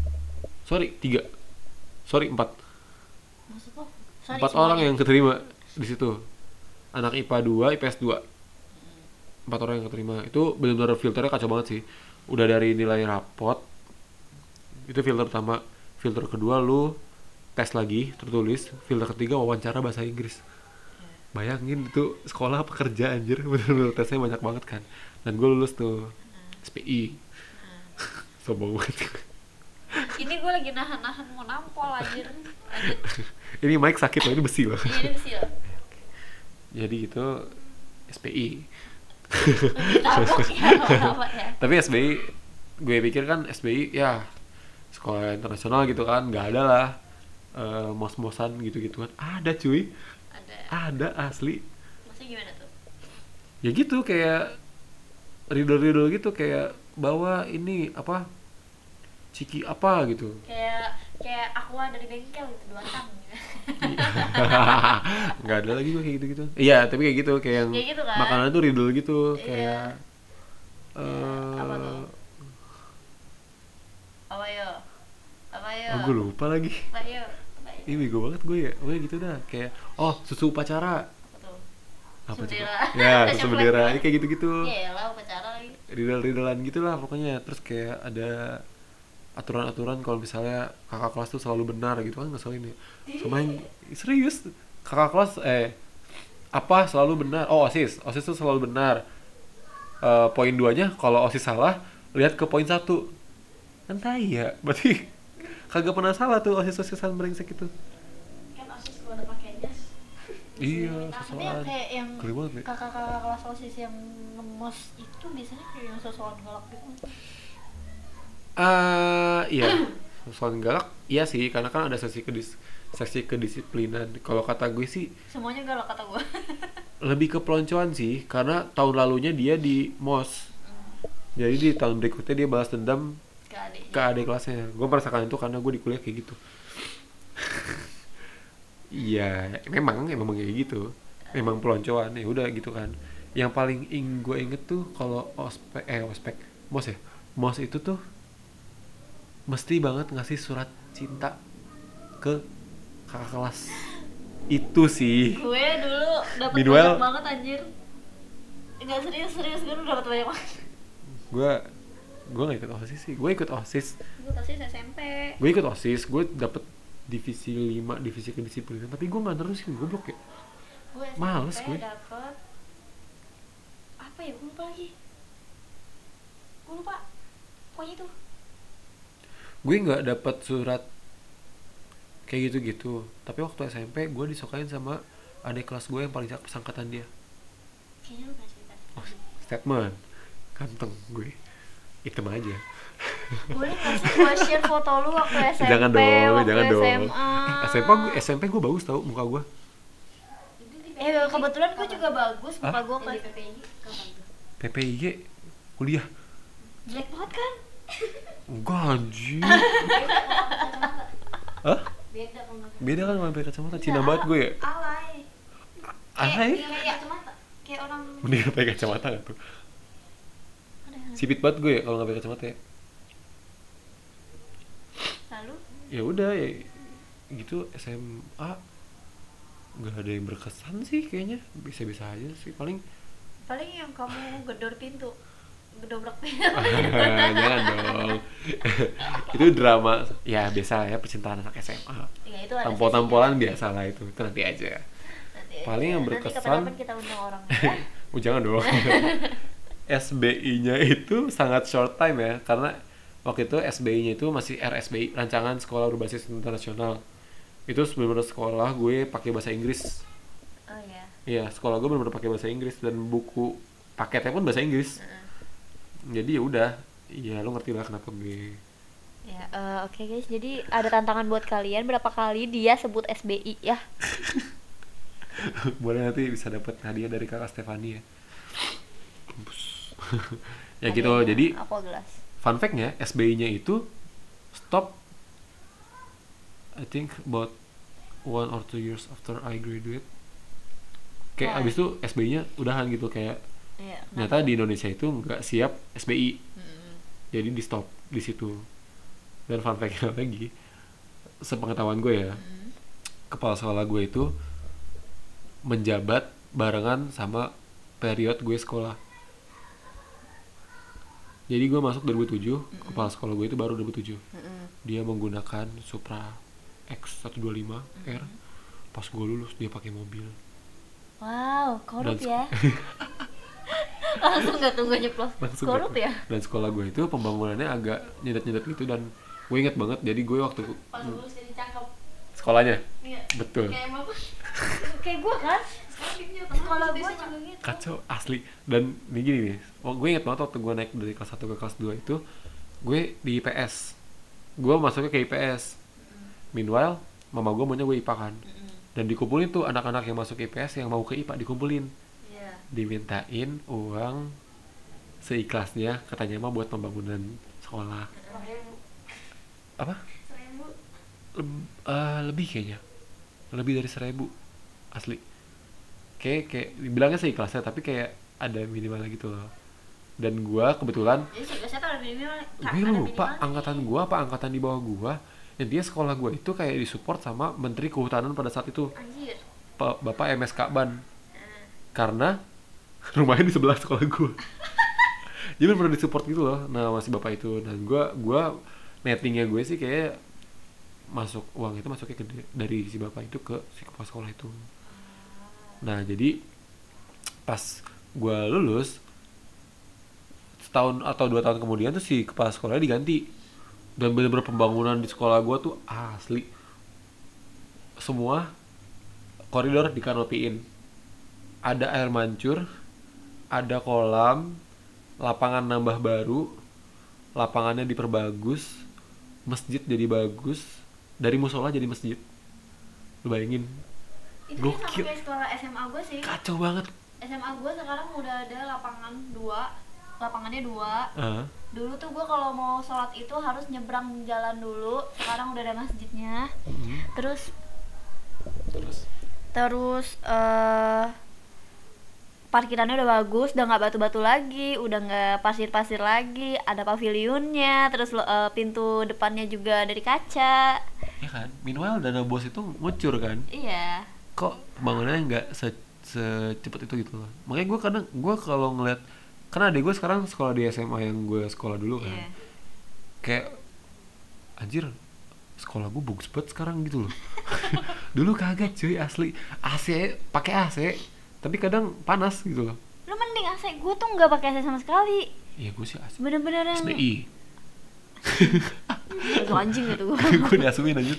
4 Maksud lo? Sorry, 4 orang yang keterima di situ. Anak IPA 2, IPS 2. 4 orang yang keterima. Itu benar-benar filternya kacau banget sih. Udah dari nilai rapot, itu filter pertama. Filter kedua lu tes lagi tertulis. Filter ketiga wawancara bahasa Inggris. Bayangin itu sekolah apa kerja anjir. Bener-bener tesnya banyak banget kan. Dan gue lulus tuh SPI. Sombong banget. Ini gue lagi nahan-nahan mau nampol anjir. Lanjut. Ini mic sakit loh, ini besi loh. Iya, ini besi loh. Jadi itu SPI. Ditabok ya, apa ya. Tapi SBI, gue pikir kan SBI ya sekolah internasional gitu kan, nggak ada lah mos-mosan gitu-gituan. Ada cuy, Ada. asli. Maksudnya gimana tuh? Ya gitu kayak riddle gitu, kayak bawa ini apa ciki apa gitu. Kayak aqua dari bengkel gitu, 2 tang gitu. Nggak ada lagi gue kayak gitu-gitu. Iya tapi kayak gitu, kayak yang Kayak gitu kan? makanan tuh riddle gitu. Iya. Kayak Apa tuh? Apa yo? gue lupa lagi. Apa yo? Ih bego banget gue ya. Gue gitu dah, kayak susu upacara. Apa tuh? Apa Susu coba? bendera. Ya, Susu susu bendera. bendera. Ini kayak gitu-gitu. Iya lah, upacara lagi. Riddle-riddlean gitu lah pokoknya. Terus kayak ada aturan-aturan kalau misalnya kakak kelas tuh selalu benar gitu kan, ngeselin ya. Sama yang serius, kakak kelas apa selalu benar. OSIS tuh selalu benar. Poin 2-nya kalau OSIS salah, lihat ke poin 1. Entah ya, berarti kagak pernah salah tuh OSIS-OSISan brengsek itu. Kan OSIS kalau ada pakainya. Iya, Tapi yang sosokan. kayak yang Geli banget nih. kakak-kakak kelas OSIS yang ngemos itu biasanya kayak yang sosokan galak gitu. Iya, soal galak, iya sih, karena kan ada seksi kedisiplinan. Kalau kata gue sih Semuanya galak kata gue. lebih ke peloncoan sih, karena tahun lalunya dia di MOS. Jadi di tahun berikutnya dia balas dendam ke adik kelasnya. Gue merasakan itu karena gue di kuliah kayak gitu. Iya, memang kayak gitu. Memang peloncoan, ya udah gitu kan. Yang paling gue inget tuh kalau ospek MOS ya. MOS itu tuh mesti banget ngasih surat cinta ke kakak kelas. Itu sih. Gue dulu dapat Meanwhile- banyak banget anjir. Enggak serius gue dulu dapat banyak banget. Gue nggak ikut OSIS sih. Gue ikut OSIS. Gue kasih SMP. Gue ikut OSIS. Gue dapet divisi 5, divisi kedisiplinan. Tapi gue nggak nerusin, goblok ya. Gue SMP Males gue. dapet apa ya? Gue lupa lagi. Gue lupa. Pokoknya itu. Gue nggak dapet surat kayak gitu-gitu. Tapi waktu SMP gue disokain sama adik kelas gue yang paling sangkatan dia. Kayaknya lu pernah cerita. Statement ganteng gue, hitam aja. Boleh nggak sih gue share foto lu waktu SMP, Jangan dong, waktu jangan dong. SMA? SMP gue bagus tau muka gue. Kebetulan gue juga bagus muka gue kan. Yang di PPI kapan tuh? PPIG kuliah. Jelek banget kan? Enggak anjing. Kacamata. Hah? Beda kalau nggak Beda kan sama pakai kacamata, Cina banget gue ya. Alay. Alay. pakai kacamata. Kayak orang Mending pakai kacamata gak tuh? Sipit banget gue ya kalau nggak pakai kacamata ya. lalu Ya udah ya gitu SMA nggak ada yang berkesan sih kayaknya, bisa-bisa aja sih paling. paling yang kamu gedor pintu, gedobrak pintu. Jangan dong. Itu drama ya biasa ya percintaan anak SMA. Ya, itu ada Tampol-tampolan sesinya. biasa lah itu nanti aja. Nanti Paling aja. yang Nanti berkesan- kapan-kapan kita undang orang ya. Jangan dong. SBI-nya itu sangat short time ya, karena waktu itu SBI-nya itu masih RSBI, Rancangan Sekolah Berbasis Internasional. Itu benar-benar sekolah gue pakai bahasa Inggris. Oh ya. Iya, sekolah gue benar-benar pakai bahasa Inggris dan buku paketnya pun bahasa Inggris. Jadi ya udah, ya lo ngerti lah kenapa gue. Ya, oke guys. Jadi ada tantangan buat kalian, berapa kali dia sebut SBI ya? Boleh nanti bisa dapat hadiah dari kakak Stefani ya. Mampus. Ya gitu, Hadiahnya jadi aqua gelas. fun fact-nya SBI-nya itu stop I think about 1 or 2 years after I graduate. Kayak Oh. abis itu SBI-nya udahan gitu, kayak Iya. ternyata di Indonesia itu nggak siap SBI. Jadi di stop di situ. Dan fun fact-nya lagi, sepengetahuan gue ya, kepala sekolah gue itu menjabat barengan sama period gue sekolah. Jadi gue masuk 2007, kepala sekolah gue itu baru 2007. Dia menggunakan Supra X125 R. Pas gue lulus dia pakai mobil. Wow, korup Dan ya. Langsung gak tunggu nyeplos. Langsung Korup gitu. ya. Dan sekolah gue itu pembangunannya agak nyedet-nyedet gitu, dan gue inget banget. Jadi gue waktu Pas lulus jadi cakep. sekolahnya, Iya. betul, Kayak emang Kayak gue kan. sekarang dia punya teman Sekolah di gue SMA. juga gitu. kacau asli. Dan ini gini nih, gue inget banget waktu gue naik dari kelas 1 ke kelas 2 itu, gue di IPS. Gue masuknya ke IPS. Meanwhile, mama gue maunya gue IPA kan. Dan dikumpulin tuh anak-anak yang masuk IPS yang mau ke IPA, dikumpulin. Iya. Dimintain uang seikhlasnya, katanya mah buat pembangunan sekolah. Apa? 1000. Lebih kayaknya. Lebih dari 1.000 asli. Kayak dibilangnya seikhlasnya, tapi kayak ada minimalnya gitu loh. Dan gua kebetulan, Jadi sebenarnya tuh ada minimal. gue lupa angkatan gua apa angkatan di bawah gua, intinya sekolah gua itu kayak disupport sama Menteri Kehutanan pada saat itu, Anjir. Bapak MS Kakban, karena rumahnya di sebelah sekolah gua. Jadi bener disupport gitu loh. Nah, masih bapak itu. Dan gua nettingnya gue sih kayak masuk uang itu masuknya dari si bapak itu ke si kepala sekolah itu. Nah, jadi pas gua lulus setahun atau 2 tahun kemudian tuh si kepala sekolahnya diganti. Dan bener-bener pembangunan di sekolah gua tuh asli semua koridor dikanopiin. Ada air mancur, ada kolam, lapangan nambah baru, lapangannya diperbagus, masjid jadi bagus, dari musola jadi masjid. Lu bayangin, Itu Gokil. sama kayak sekolah SMA gue sih. kacau banget. SMA gue sekarang udah ada lapangannya 2. Ah, Dulu tuh gue kalau mau sholat itu harus nyebrang jalan dulu. Sekarang udah ada masjidnya. Terus parkirannya udah bagus, udah nggak batu-batu lagi, udah nggak pasir-pasir lagi, ada pavilionnya, terus pintu depannya juga dari kaca. ya kan. Meanwhile dana bos itu ngucur kan. Iya. Kok bangunannya nggak secepat itu gitu loh. Makanya gue kalau ngeliat, karena adik gue sekarang sekolah di SMA yang gue sekolah dulu kan. Iya. Kayak anjir, sekolah gue bagus banget sekarang gitu loh. Dulu kagak cuy, asli. AC pakai AC, tapi kadang panas gitu loh. Lu mending AC, gue tuh nggak pakai AC sama sekali. Iya, gue sih AC. Bener-bener yang SBI. Aduh, anjing gitu gue. Gue diasuhin aja.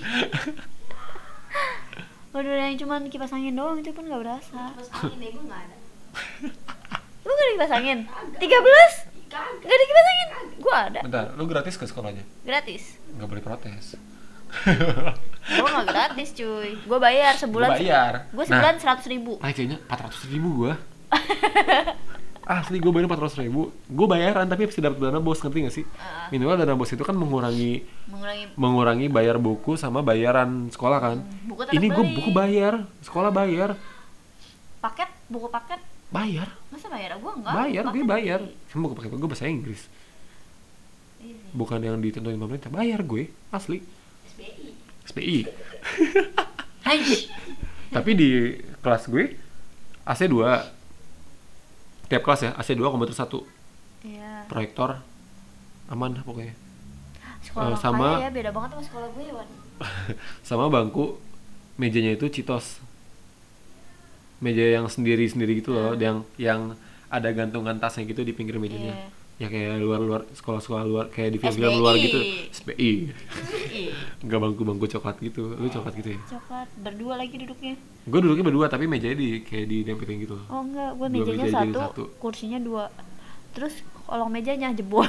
Waduh, yang cuman kipas angin doang itu pun nggak berasa. Terus angin deh gue nggak ada. Lu gak ada kipas angin? 13? Kagak. Gak ada kipas angin? Gue ada. Bentar, lu gratis ke sekolahnya? Gratis. Nggak boleh protes. Gue nggak gratis cuy. Gue bayar sebulan. Lu bayar. Gue sebulan 100.000. Kayaknya 400.000 gue. Asli gue bayar 400.000. Gue bayaran tapi bisa dapat dana bos, ngerti nggak sih? Minimal dana bos itu kan mengurangi bayar buku sama bayaran sekolah kan. Buku tetap Ini gue beli. buku bayar, sekolah bayar, Paket, buku paket. bayar, Masa bayar? Gue enggak. bayar, gue Paket bayar. beli. Cuma buku pakai gue bahasa Inggris, Iya sih. bukan yang ditentuin pemerintah. Bayar gue, asli. SBI. SPI. Hai. Tapi di kelas gue AC 2. Tiap kelas ya, AC 2, komputer 1. Iya. Proyektor aman dah pokoknya. Sekolah sama- kaya ya, beda banget sama sekolah gue, Wan. Sama bangku mejanya itu Citos. Meja yang sendiri-sendiri gitu loh, yang ada gantungan tasnya gitu di pinggir mejanya. Ya kayak luar sekolah-sekolah luar, kayak di film-film SBI. luar gitu. SPI. Ih, Enggak bangku-bangku coklat gitu. Lu coklat gitu ya? coklat berdua lagi duduknya. Gue duduknya berdua tapi mejanya kayak didempetin gitu loh. Oh enggak, gue Dua mejanya meja jadi satu, satu. kursinya 2. Terus kolong mejanya jebol.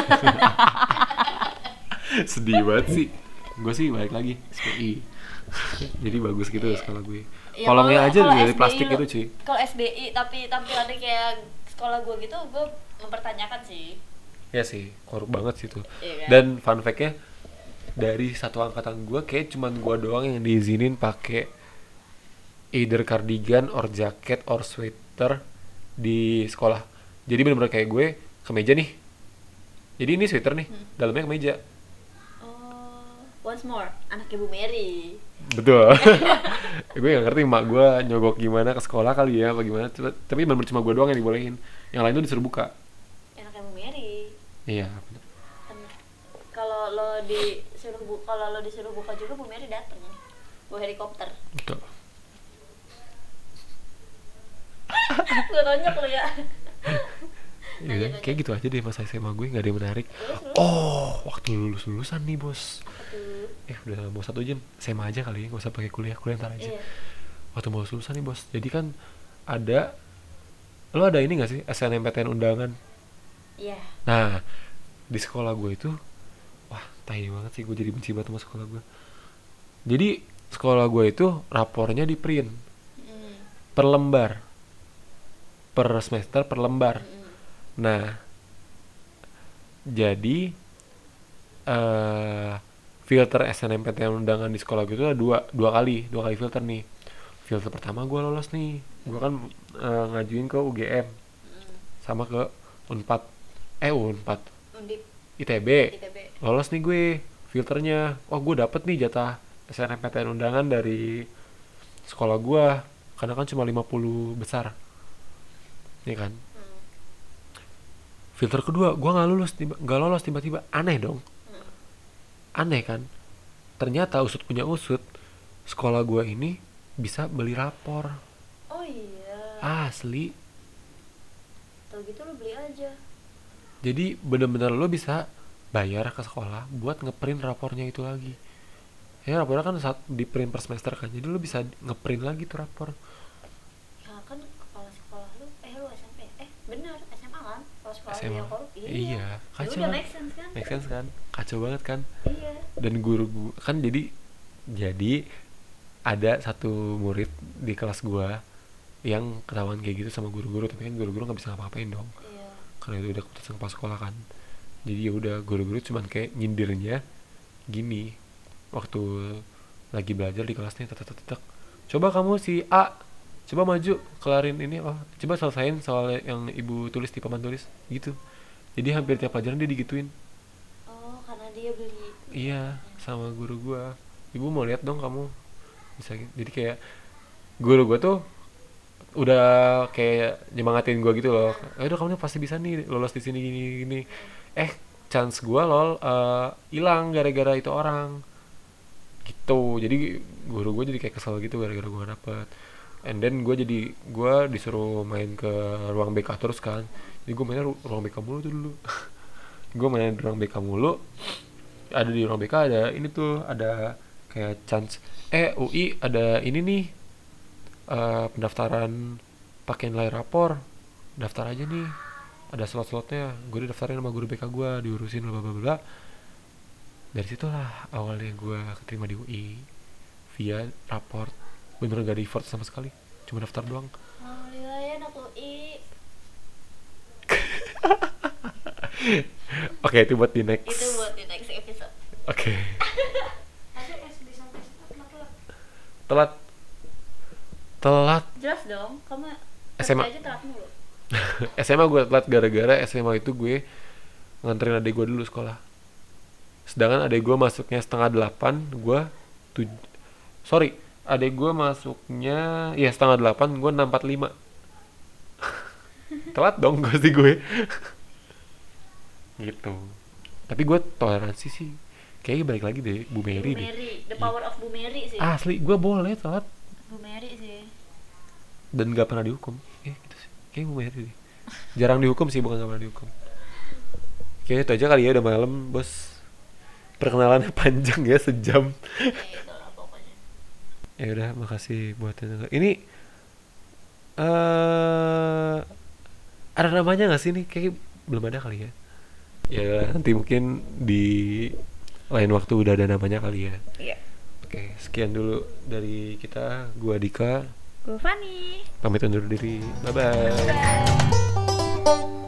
Sedih banget sih. Gue sih balik lagi SPI. Jadi bagus gitu sekolah gue. Ya, Kolongnya kalau- aja kalau dari SBI plastik lo- gitu cuy. Kalau SBI tapi tampilannya kayak sekolah gue gitu, gue mempertanyakan sih. Ya sih, korup banget sih tuh. Iya kan? Dan fun fact-nya dari satu angkatan gue kayak cuman gue doang yang diizinin pakai either cardigan or jacket or sweater di sekolah. Jadi bener-bener kayak gue kemeja nih. Jadi ini sweater nih, dalamnya kemeja. Oh, once more, anak Ibu Mary. Betul. Gue gak ngerti mak gue nyogok gimana ke sekolah kali ya apa gimana. Tapi bener-bener cuma gue doang yang dibolehin. Yang lain tuh disuruh buka. Anak Ibu Mary. Iya, bener. Kan kalau lo disuruh buka juga Bu Mary datang. Bawa helikopter. Betul. Gue tonjok lo ya. Ya udah, kayak gitu aja deh masa SMA gue, gak ada yang menarik. Oh, waktu lulusan nih bos. Udah mau 1 jam. SMA aja kali ya, gak usah pakai kuliah ntar aja. Iya. Waktu mau lulusan nih bos, jadi kan lo ada ini gak sih SNMPTN undangan? Iya. Nah, di sekolah gue itu, wah tai banget sih, gue jadi benci banget sama sekolah gue. Jadi sekolah gue itu rapornya di print per lembar, per semester per lembar. Nah, jadi filter SNMPTN undangan di sekolah gue itu ada dua kali filter nih. Filter pertama gue lolos nih, gue kan ngajuin ke UGM sama ke Unpad, Undip ITB. ITB. Lolos nih gue filternya. Oh, gue dapet nih jatah SNMPTN undangan dari sekolah gue, karena kan cuma 50 besar, ya kan. Filter kedua gue nggak lolos tiba-tiba. Aneh dong. Aneh kan. Ternyata usut punya usut, sekolah gue ini bisa beli rapor. Oh iya. Asli. Tahu gitu lo beli aja. Jadi bener-bener lo bisa bayar ke sekolah buat ngeprint rapornya itu lagi. Ya rapornya kan saat di print per semester kan, jadi lo bisa ngeprint lagi tuh rapor. Ya kan kepala sekolah lu lu SMP. Benar, SMA kan? Kalau sekolah lu SMA. yang korup. Iya, Ya kacau udah kan? make sense kan? Make sense kan? Kacau banget kan? Iya. Dan guru kan jadi ada satu murid di kelas gua yang ketahuan kayak gitu sama guru-guru, tapi kan guru-guru nggak bisa ngapa-ngapain dong, Iya. karena itu udah keputusan kepala sekolah kan. Jadi ya udah, guru-guru cuman kayak nyindirnya gini waktu lagi belajar di kelasnya, tetek, coba kamu si A, coba maju kelarin ini, coba selesain soal yang ibu tulis di papan tulis gitu. Jadi hampir tiap pelajaran dia digituin. Oh, karena dia beli. Iya, sama guru gua. Ibu mau lihat dong kamu bisa gitu. Jadi kayak guru gua tuh udah kayak nyemangatin gua gitu loh. Udah kamu pasti bisa nih lolos di sini gini. Chance gua hilang gara-gara itu orang. Gitu. Jadi guru gua jadi kayak kesel gitu gara-gara gua gak dapet. And then gua disuruh main ke ruang BK terus kan. Jadi gua mainnya ruang BK mulu tuh dulu. Gua main di ruang BK mulu. Ada di ruang BK ada ini tuh, ada kayak chance UI ada ini nih, pendaftaran pakai nilai rapor, daftar aja nih. ada slot-slotnya, gue didaftarin sama guru BK gue, diurusin bla bla bla. Dari situlah awalnya gue keterima di UI via raport. Bener gak ada effort sama sekali, cuma daftar doang. Alhamdulillah ya anak UI. Oke, itu buat di next. Itu buat di next episode. Oke. Tapi SD sampai SMA telat. Telat. Telat. Jelas dong, kamu SMA. aja telat mulu. SMA gue telat gara-gara SMA itu gue nganterin adik gue dulu sekolah. Sedangkan adik gue masuknya 7:30, gue adik gue masuknya ya 7:30, gue 6:45. Telat dong pasti gue. Gitu. Tapi gue toleransi sih. Kayaknya balik lagi deh Bu Mary Bu deh. Mary, the power of Bu Mary sih. Asli gue boleh telat Bu Mary sih. dan gak pernah dihukum. Gitu sih. Kayaknya Bu Mary deh. Jarang dihukum sih, bukan gak pernah dihukum. Kayaknya itu aja kali ya, udah malam bos. Perkenalannya panjang ya, sejam. Ya itulah pokoknya. Ya udah, makasih buat yang denger. Ini ada namanya nggak sih nih? Kayak belum ada kali ya. Ya udah, nanti mungkin di lain waktu udah ada namanya kali ya. Iya. Oke, sekian dulu dari kita. Gua Dika. Gue Fanny. Pamit undur diri. Bye bye. Bye.